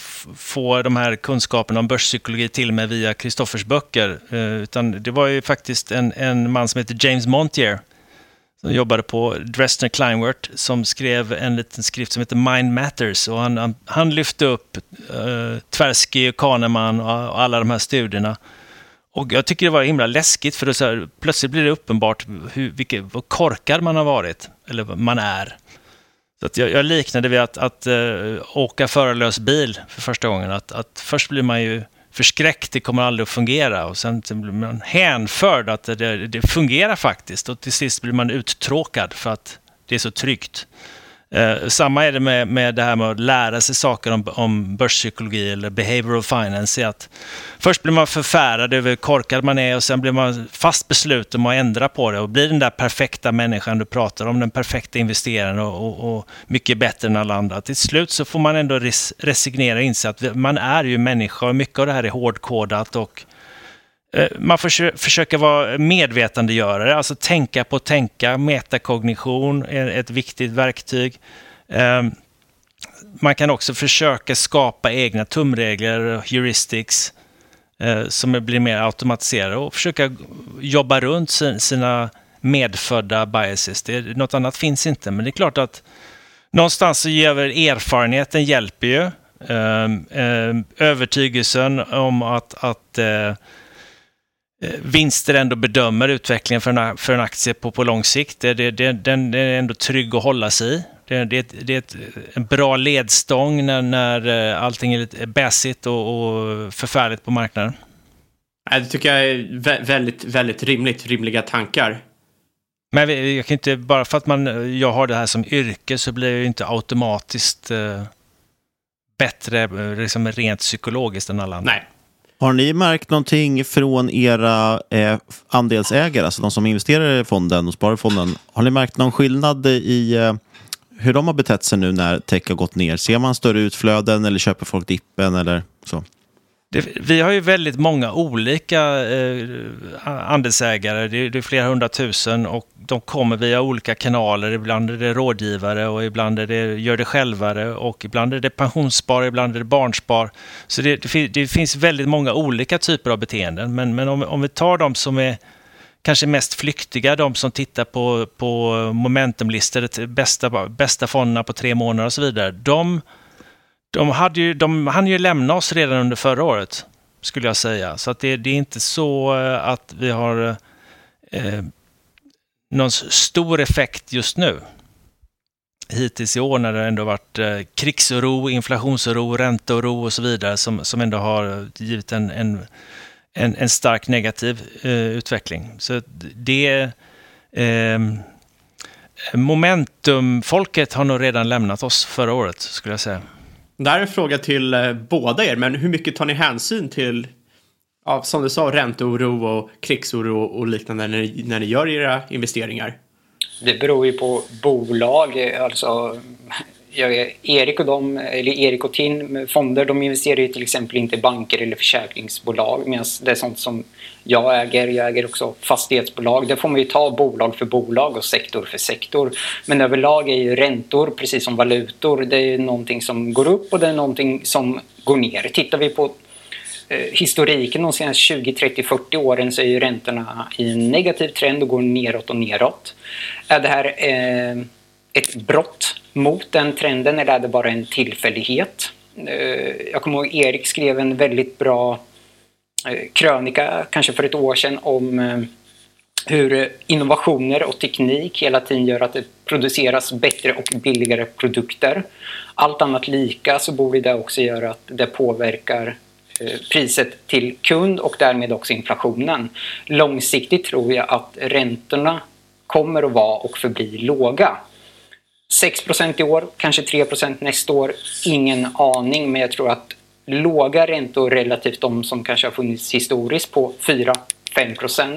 få de här kunskaperna om börspsykologi till mig via Christoffers böcker, utan det var ju faktiskt en man som heter James Montier som jobbade på Dresdner Kleinworth, som skrev en liten skrift som heter Mind Matters, och han lyfte upp Tversky och Kahneman och alla de här studierna. Och jag tycker det var himla läskigt, för då plötsligt blir det uppenbart vad korkad man har varit, eller man är. Så att jag liknade vid att åka förarlös bil för första gången. Att först blir man ju förskräckt, det kommer aldrig att fungera. Och sen blir man hänförd att det fungerar faktiskt. Och till sist blir man uttråkad för att det är så tryggt. Samma är det med det här med att lära sig saker om börspsykologi eller behavioral finance. Att först blir man förfärad över hur korkad man är, och sen blir man fast besluten om att ändra på det och bli den där perfekta människan du pratar om, den perfekta investeraren och mycket bättre än alla andra. Till slut så får man ändå resignera och inse att man är ju människa, och mycket av det här är hårdkodat, och man får försöka vara medvetandegörare, alltså tänka, metakognition är ett viktigt verktyg. Man kan också försöka skapa egna tumregler, heuristics, som blir mer automatiserade, och försöka jobba runt sina medfödda biases. Något annat finns inte, men det är klart att någonstans så ger erfarenheten hjälper ju. Övertygelsen om att vinster ändå bedömer utvecklingen för en aktie på lång sikt. Den är ändå trygg att hålla sig i. Det är en bra ledstång när allting är lite bäsigt och förfärligt på marknaden. Det tycker jag är väldigt, väldigt rimliga tankar. Men jag kan inte, bara för att jag har det här som yrke så blir jag ju inte automatiskt bättre liksom rent psykologiskt än alla andra. Nej. Har ni märkt någonting från era andelsägare, alltså de som investerar i fonden och sparar i fonden? Har ni märkt någon skillnad i hur de har betett sig nu när tech har gått ner? Ser man större utflöden eller köper folk dippen eller så? Vi har ju väldigt många olika andelsägare. Det är flera 100 000 och de kommer via olika kanaler. Ibland är det rådgivare och ibland är det gör det självare och ibland är det pensionsspar, ibland är det barnspar. Så det finns väldigt många olika typer av beteenden. Men om vi tar de som är kanske mest flyktiga, de som tittar på momentumlistor, bästa fonderna på 3 månader och så vidare. De hann ju lämna oss redan under förra året, skulle jag säga. Så att det är inte så att vi har någon stor effekt just nu. Hittills i år när det ändå varit krigsoro, inflationsoro, ränteoro och så vidare som ändå har givit en stark negativ utveckling. Så det momentumfolket har nog redan lämnat oss förra året, skulle jag säga. Det här är en fråga till båda er, men hur mycket tar ni hänsyn till, som du sa, ränteoro och krigsoro och liknande när ni gör era investeringar? Det beror ju på bolag. Alltså, Erik och Tin fonder, de investerar ju till exempel inte i banker eller försäkringsbolag, medan det är sånt som jag äger också fastighetsbolag. Det får man ju ta bolag för bolag och sektor för sektor. Men överlag är ju räntor, precis som valutor, det är ju någonting som går upp och det är någonting som går ner. Tittar vi på historiken de senaste 20, 30, 40 åren så är ju räntorna i en negativ trend och går neråt och neråt. Är det här ett brott mot den trenden eller är det bara en tillfällighet? Jag kommer ihåg Erik skrev en väldigt bra krönika kanske för ett år sedan om hur innovationer och teknik hela tiden gör att det produceras bättre och billigare produkter. Allt annat lika så borde det också göra att det påverkar priset till kund och därmed också inflationen. Långsiktigt tror jag att räntorna kommer att vara och förbli låga. 6% i år, kanske 3% nästa år, ingen aning, men jag tror att låga räntor relativt de som kanske har funnits historiskt på 4-5%.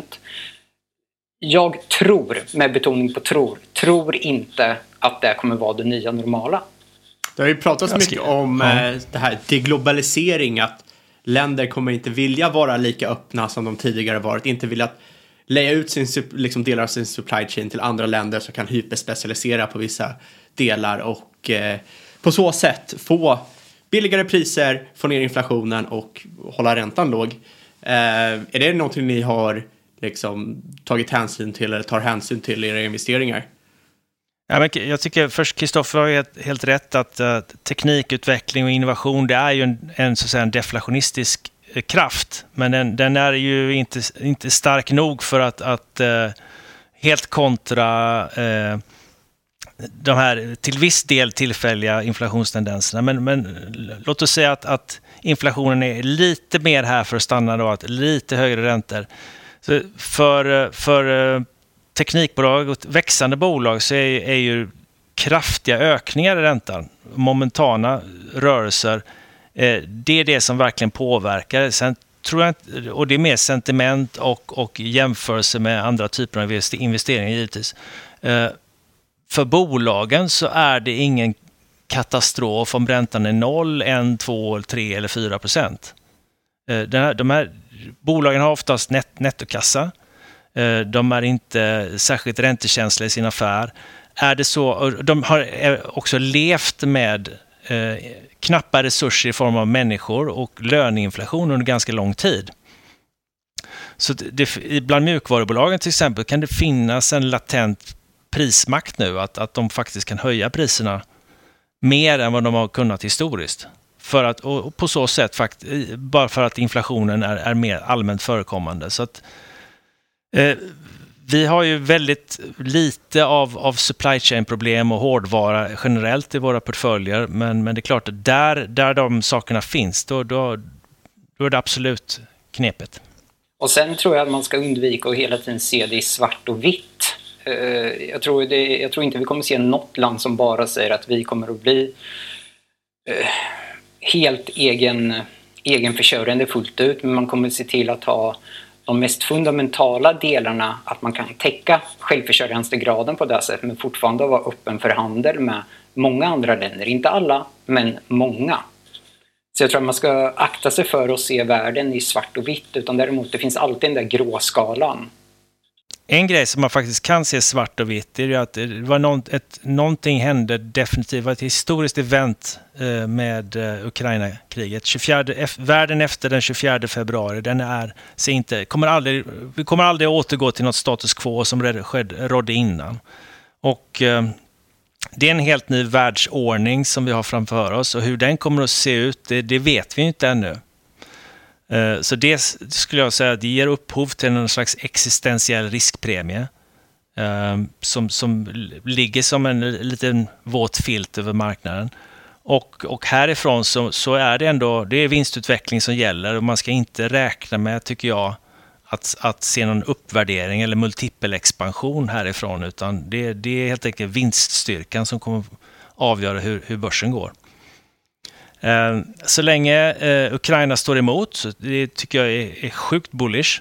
Jag tror, med betoning på tror inte att det kommer vara det nya normala. Det har ju pratats mycket om det här deglobalisering, att länder kommer inte vilja vara lika öppna som de tidigare varit, inte vilja lägga ut sin delar av sin supply chain till andra länder som kan hyperspecialisera på vissa delar och på så sätt få billigare priser, få ner inflationen och hålla räntan låg. Är det någonting ni har tagit hänsyn till eller tar hänsyn till i era investeringar? Ja, men jag tycker först Kristoffer har helt rätt att teknikutveckling och innovation, det är ju en så att säga en deflationistisk kraft, men den är ju inte stark nog för att helt kontra de här till viss del tillfälliga inflationstendenserna. Men låt oss säga att inflationen är lite mer här för att stanna då, att lite högre räntor. Så för teknikbolag och växande bolag så är ju kraftiga ökningar i räntan, momentana rörelser, det är det som verkligen påverkar. Sen tror jag inte, och det är mer sentiment och jämförelse med andra typer av investeringar givetvis. För bolagen så är det ingen katastrof om räntan är 0, 1, 2, 3 eller 4%. De här bolagen har oftast nettokassa. De är inte särskilt räntekänsliga i sin affär. Är det så, de har också levt med knappa resurser i form av människor och löneinflation under ganska lång tid. Så bland mjukvarubolagen till exempel kan det finnas en latent prismakt nu, att de faktiskt kan höja priserna mer än vad de har kunnat historiskt. Och på så sätt bara för att inflationen är mer allmänt förekommande. Så att vi har ju väldigt lite av supply chain problem och hårdvara generellt i våra portföljer, men det är klart att där de sakerna finns, då är det absolut knepet. Och sen tror jag att man ska undvika att hela tiden se det i svart och vitt. Jag tror inte vi kommer se något land som bara säger att vi kommer att bli helt egenförsörjande fullt ut, men man kommer se till att ha de mest fundamentala delarna, att man kan täcka självförsörjandegraden på det sättet, men fortfarande vara öppen för handel med många andra länder. Inte alla, men många. Så jag tror att man ska akta sig för att se världen i svart och vitt, utan däremot det finns alltid den där gråskalan. En grej som man faktiskt kan se svart och vitt är att det var någonting hände definitivt. Det var ett historiskt event med Ukraina-kriget. Världen efter den 24 februari, vi kommer aldrig återgå till något status quo som rådde innan. Och det är en helt ny världsordning som vi har framför oss, och hur den kommer att se ut, det vet vi inte ännu. Så det skulle jag säga, det ger upphov till en slags existentiell riskpremie som ligger som en liten våt filt över marknaden. Och härifrån så är det ändå, det är vinstutveckling som gäller, och man ska inte räkna med, tycker jag, att se någon uppvärdering eller multipelexpansion härifrån, utan det är helt enkelt vinststyrkan som kommer avgöra hur börsen går. Så länge Ukraina står emot, det tycker jag är sjukt bullish,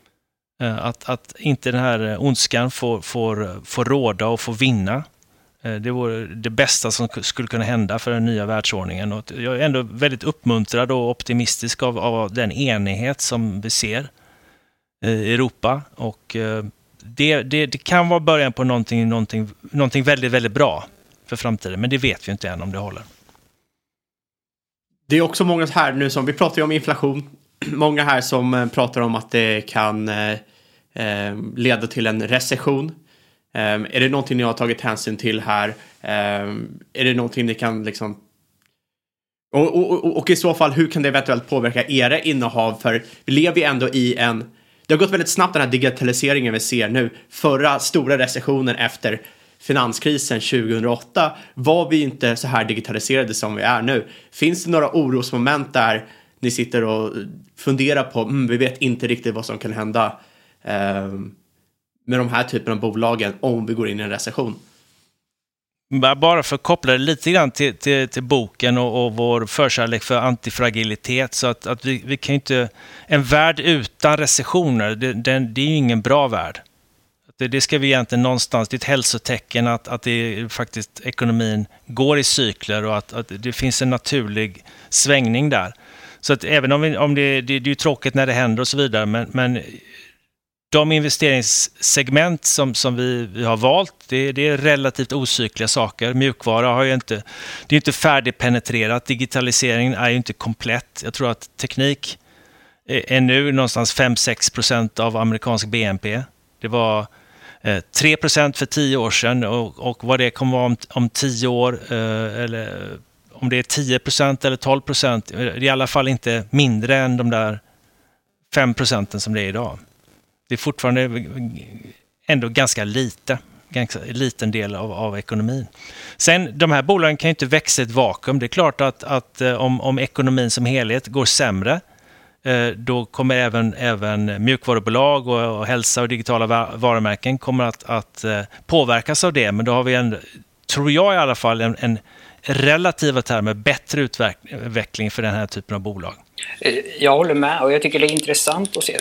att inte den här ondskan får råda och få vinna. Det vore det bästa som skulle kunna hända för den nya världsordningen, och jag är ändå väldigt uppmuntrad och optimistisk av den enighet som vi ser i Europa, och det kan vara början på någonting väldigt, väldigt bra för framtiden, men det vet vi inte än om det håller. Det är också många här nu som, vi pratar ju om inflation, många här som pratar om att det kan leda till en recession. Är det någonting ni har tagit hänsyn till här? Är det någonting ni kan liksom... Och i så fall, hur kan det eventuellt påverka era innehav? För vi lever ju ändå i en... Det har gått väldigt snabbt, den här digitaliseringen vi ser nu. Förra stora recessionen efter finanskrisen 2008 var vi inte så här digitaliserade som vi är nu. Finns det några orosmoment där ni sitter och funderar på, vi vet inte riktigt vad som kan hända med de här typen av bolagen om vi går in i en recession? Bara för att koppla det lite grann till boken och vår förkärlek för antifragilitet, så att vi kan ju inte... En värld utan recessioner, det är ju ingen bra värld. Det ska vi egentligen någonstans, det är ett hälsotecken att det faktiskt ekonomin går i cykler, och att det finns en naturlig svängning där. Så att även om det är ju tråkigt när det händer och så vidare, men de investeringssegment som vi har valt, det är relativt ocykliga saker. Mjukvara har ju inte, det är inte färdigpenetrerat. Digitaliseringen är ju inte komplett. Jag tror att teknik är nu någonstans 5-6% av amerikansk BNP. Det var 3% för 10 år sedan, och vad det kommer vara om 10 år, eller om det är 10% eller 12%, det är i alla fall inte mindre än de där 5% som det är idag. Det är fortfarande ändå ganska liten del av ekonomin. Sen, de här bolagen kan ju inte växa i ett vakuum. Det är klart att om ekonomin som helhet går sämre, då kommer även mjukvarubolag och hälsa och digitala varumärken kommer att påverkas av det. Men då har vi tror jag i alla fall, en relativa termer bättre utveckling för den här typen av bolag. Jag håller med, och jag tycker det är intressant att se.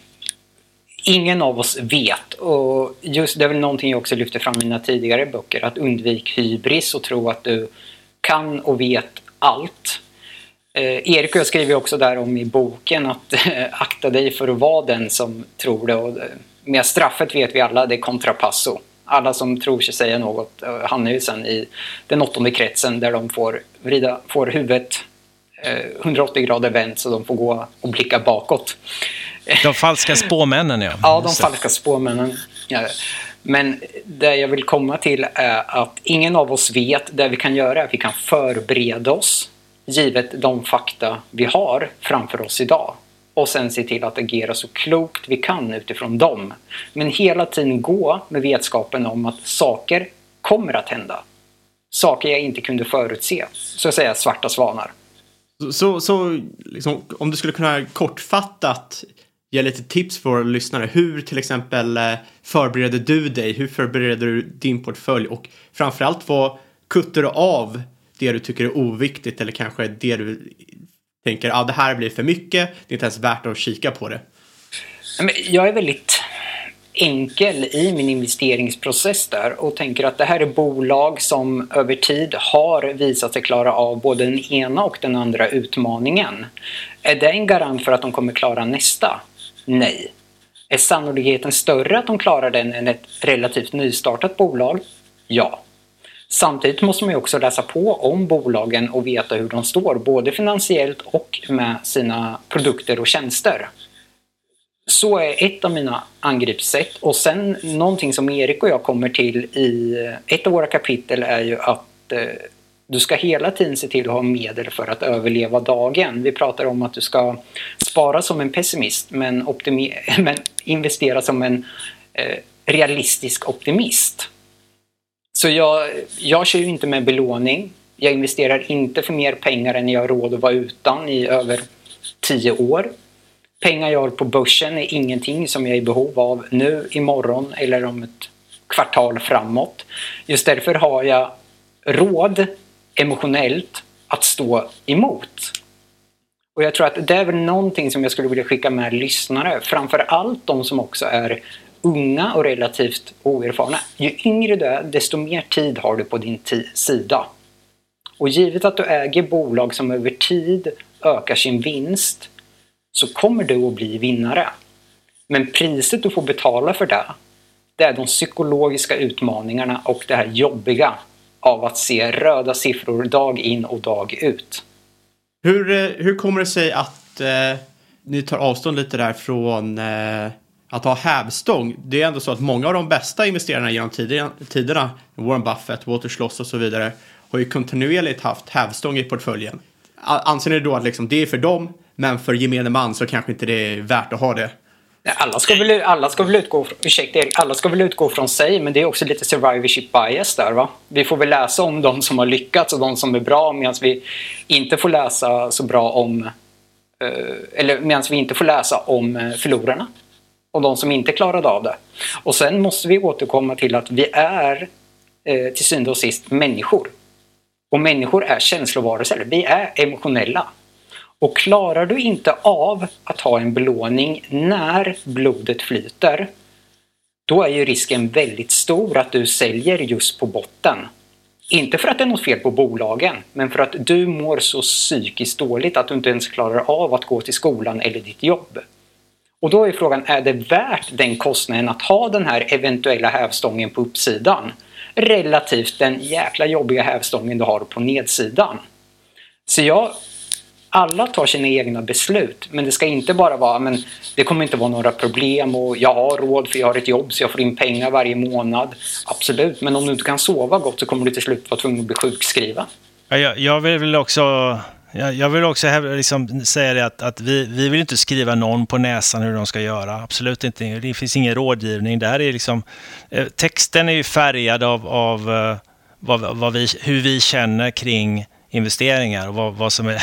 Ingen av oss vet, och just det är väl någonting jag också lyfter fram i mina tidigare böcker, att undvik hybris och tro att du kan och vet allt. Erik och jag skriver också där om i boken att akta dig för att vara den som tror det. Och med straffet vet vi alla, det är contrapasso. Alla som tror sig säga något hamnar ju sen i den 8:e kretsen, där de får huvudet 180 grader vänt, så de får gå och blicka bakåt. De falska spåmännen, ja. Ja, de falska spåmännen. Ja. Men det jag vill komma till är att ingen av oss vet. Det vi kan göra är att vi kan förbereda oss givet de fakta vi har framför oss idag, och sen se till att agera så klokt vi kan utifrån dem. Men hela tiden gå med vetskapen om att saker kommer att hända. Saker jag inte kunde förutse. Så att säga svarta svanar. Så liksom, om du skulle kunna kortfattat ge lite tips för våra lyssnare. Hur till exempel förbereder du dig? Hur förbereder du din portfölj? Och framförallt vad kuttar du av det du tycker är oviktigt eller kanske det du tänker det här blir för mycket, det är inte ens värt att kika på det? Jag är väldigt enkel i min investeringsprocess där och tänker att det här är bolag som över tid har visat sig klara av både den ena och den andra utmaningen. Är det en garant för att de kommer klara nästa? Nej. Är sannolikheten större att de klarar den än ett relativt nystartat bolag? Ja. Samtidigt måste man ju också läsa på om bolagen och veta hur de står, både finansiellt och med sina produkter och tjänster. Så är ett av mina angreppssätt. Och sen någonting som Erik och jag kommer till i ett av våra kapitel är ju att du ska hela tiden se till att ha medel för att överleva dagen. Vi pratar om att du ska spara som en pessimist men investera som en realistisk optimist. Så jag kör ju inte med belåning. Jag investerar inte för mer pengar än jag har råd att vara utan i över 10 år. Pengar jag har på börsen är ingenting som jag är i behov av nu, imorgon eller om ett kvartal framåt. Just därför har jag råd emotionellt att stå emot. Och jag tror att det är väl någonting som jag skulle vilja skicka med lyssnare. Framför allt de som också är unga och relativt oerfarna. Ju yngre du är, desto mer tid har du på din sida. Och givet att du äger bolag som över tid ökar sin vinst, så kommer du att bli vinnare. Men priset du får betala för det är de psykologiska utmaningarna och det här jobbiga av att se röda siffror dag in och dag ut. Hur kommer det sig att ni tar avstånd lite där från att ha hävstång? Det är ändå så att många av de bästa investerarna genom tiderna, Warren Buffett, Walter Schloss och så vidare, har ju kontinuerligt haft hävstång i portföljen. Anser ni då att liksom det är för dem, men för gemene man så kanske inte det är värt att ha det? Alla ska väl utgå från sig, men det är också lite survivorship bias där, va? Vi får väl läsa om de som har lyckats och de som är bra, medan vi inte får läsa så bra om medan vi inte får läsa om förlorarna och de som inte klarade av det. Och sen måste vi återkomma till att vi är till syvende och sist människor. Och människor är känslovarelser, vi är emotionella. Och klarar du inte av att ha en belåning när blodet flyter, då är ju risken väldigt stor att du säljer just på botten. Inte för att det är något fel på bolagen, men för att du mår så psykiskt dåligt att du inte ens klarar av att gå till skolan eller ditt jobb. Och då är frågan, är det värt den kostnaden att ha den här eventuella hävstången på uppsidan relativt den jäkla jobbiga hävstången du har på nedsidan? Så alla tar sina egna beslut, men det ska inte bara vara, men det kommer inte vara några problem och jag har råd för jag har ett jobb så jag får in pengar varje månad. Absolut, men om du inte kan sova gott så kommer du till slut vara tvungen att bli sjukskriven. Jag vill också liksom säga det att vi vill inte skriva någon på näsan hur de ska göra. Absolut inte. Det finns ingen rådgivning. Där är liksom, texten är ju färgad av hur vi känner kring investeringar och vad som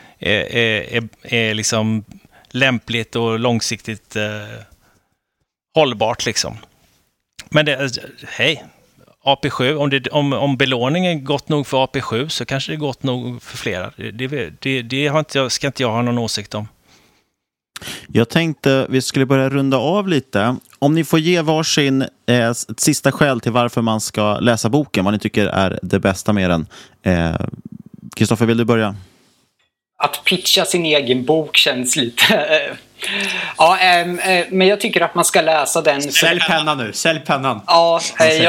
är liksom lämpligt och långsiktigt hållbart liksom. Men hej, AP7, om belåningen är gott nog för AP7 så kanske det är gott nog för flera. Det ska inte jag ha någon åsikt om. Jag tänkte vi skulle börja runda av lite. Om ni får ge varsin ett sista skäl till varför man ska läsa boken, vad ni tycker är det bästa med den. Kristoffer, vill du börja? Att pitcha sin egen bok känns lite... men jag tycker att man ska läsa den... Sälj pennan nu, sälj pennan. Ja,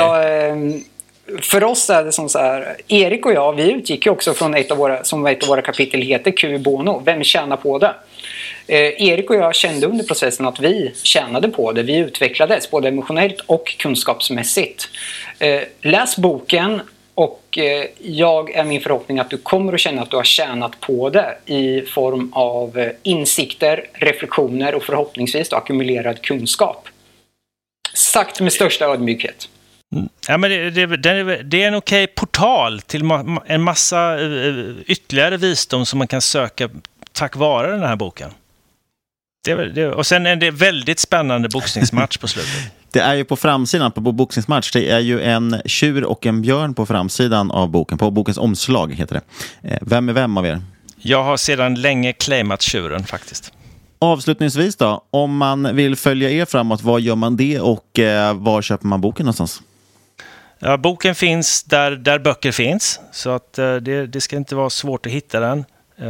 för oss är det som så här... Erik och jag, vi utgick ju också från ett av våra kapitel heter Q Bono. Vem tjänar på det? Erik och jag kände under processen att vi tjänade på det. Vi utvecklades både emotionellt och kunskapsmässigt. Läs boken. Och är min förhoppning att du kommer att känna att du har tjänat på det i form av insikter, reflektioner och förhoppningsvis ackumulerad kunskap. Sagt med största ödmjukhet. Ja, men det är en okej portal till en massa ytterligare visdom som man kan söka tack vare den här boken. Och sen är det väldigt spännande boxningsmatch på slutet. Det är ju på framsidan på boxningsmatch. Det är ju en tjur och en björn på framsidan av boken. På bokens omslag heter det. Vem är vem av er? Jag har sedan länge claimat tjuren faktiskt. Avslutningsvis då, om man vill följa er framåt, vad gör man det och var köper man boken någonstans? Ja, boken finns där böcker finns, så att det ska inte vara svårt att hitta den.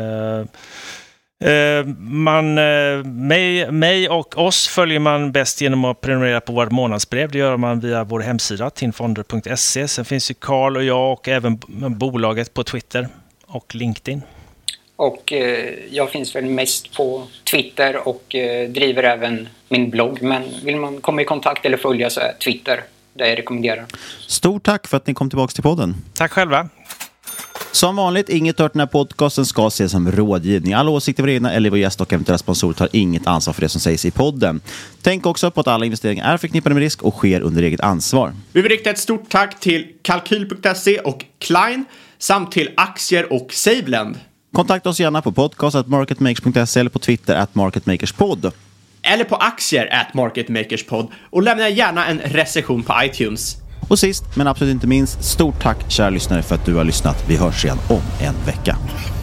Mig och oss följer man bäst genom att prenumerera på vårt månadsbrev. Det gör man via vår hemsida tinfonder.se. Sen finns ju Carl och jag och även bolaget på Twitter och LinkedIn. Och jag finns väl mest på Twitter och driver även min blogg. Men vill man komma i kontakt eller följa så är Twitter det jag rekommenderar. Stort tack för att ni kom tillbaka till podden. Tack själva. Som vanligt, inget hört den här podcasten ska ses som rådgivning. Alla åsikter var egna eller vår gäst och eventuella sponsorer tar inget ansvar för det som sägs i podden. Tänk också på att alla investeringar är förknippade med risk och sker under eget ansvar. Vi vill rikta ett stort tack till Kalkyl.se och Klein samt till Aktier och Saveland. Kontakta oss gärna på podcast@marketmakers.se eller på Twitter @marketmakerspod. Eller på aktier @marketmakerspod och lämna gärna en recension på iTunes. Och sist, men absolut inte minst, stort tack kära lyssnare för att du har lyssnat. Vi hörs igen om en vecka.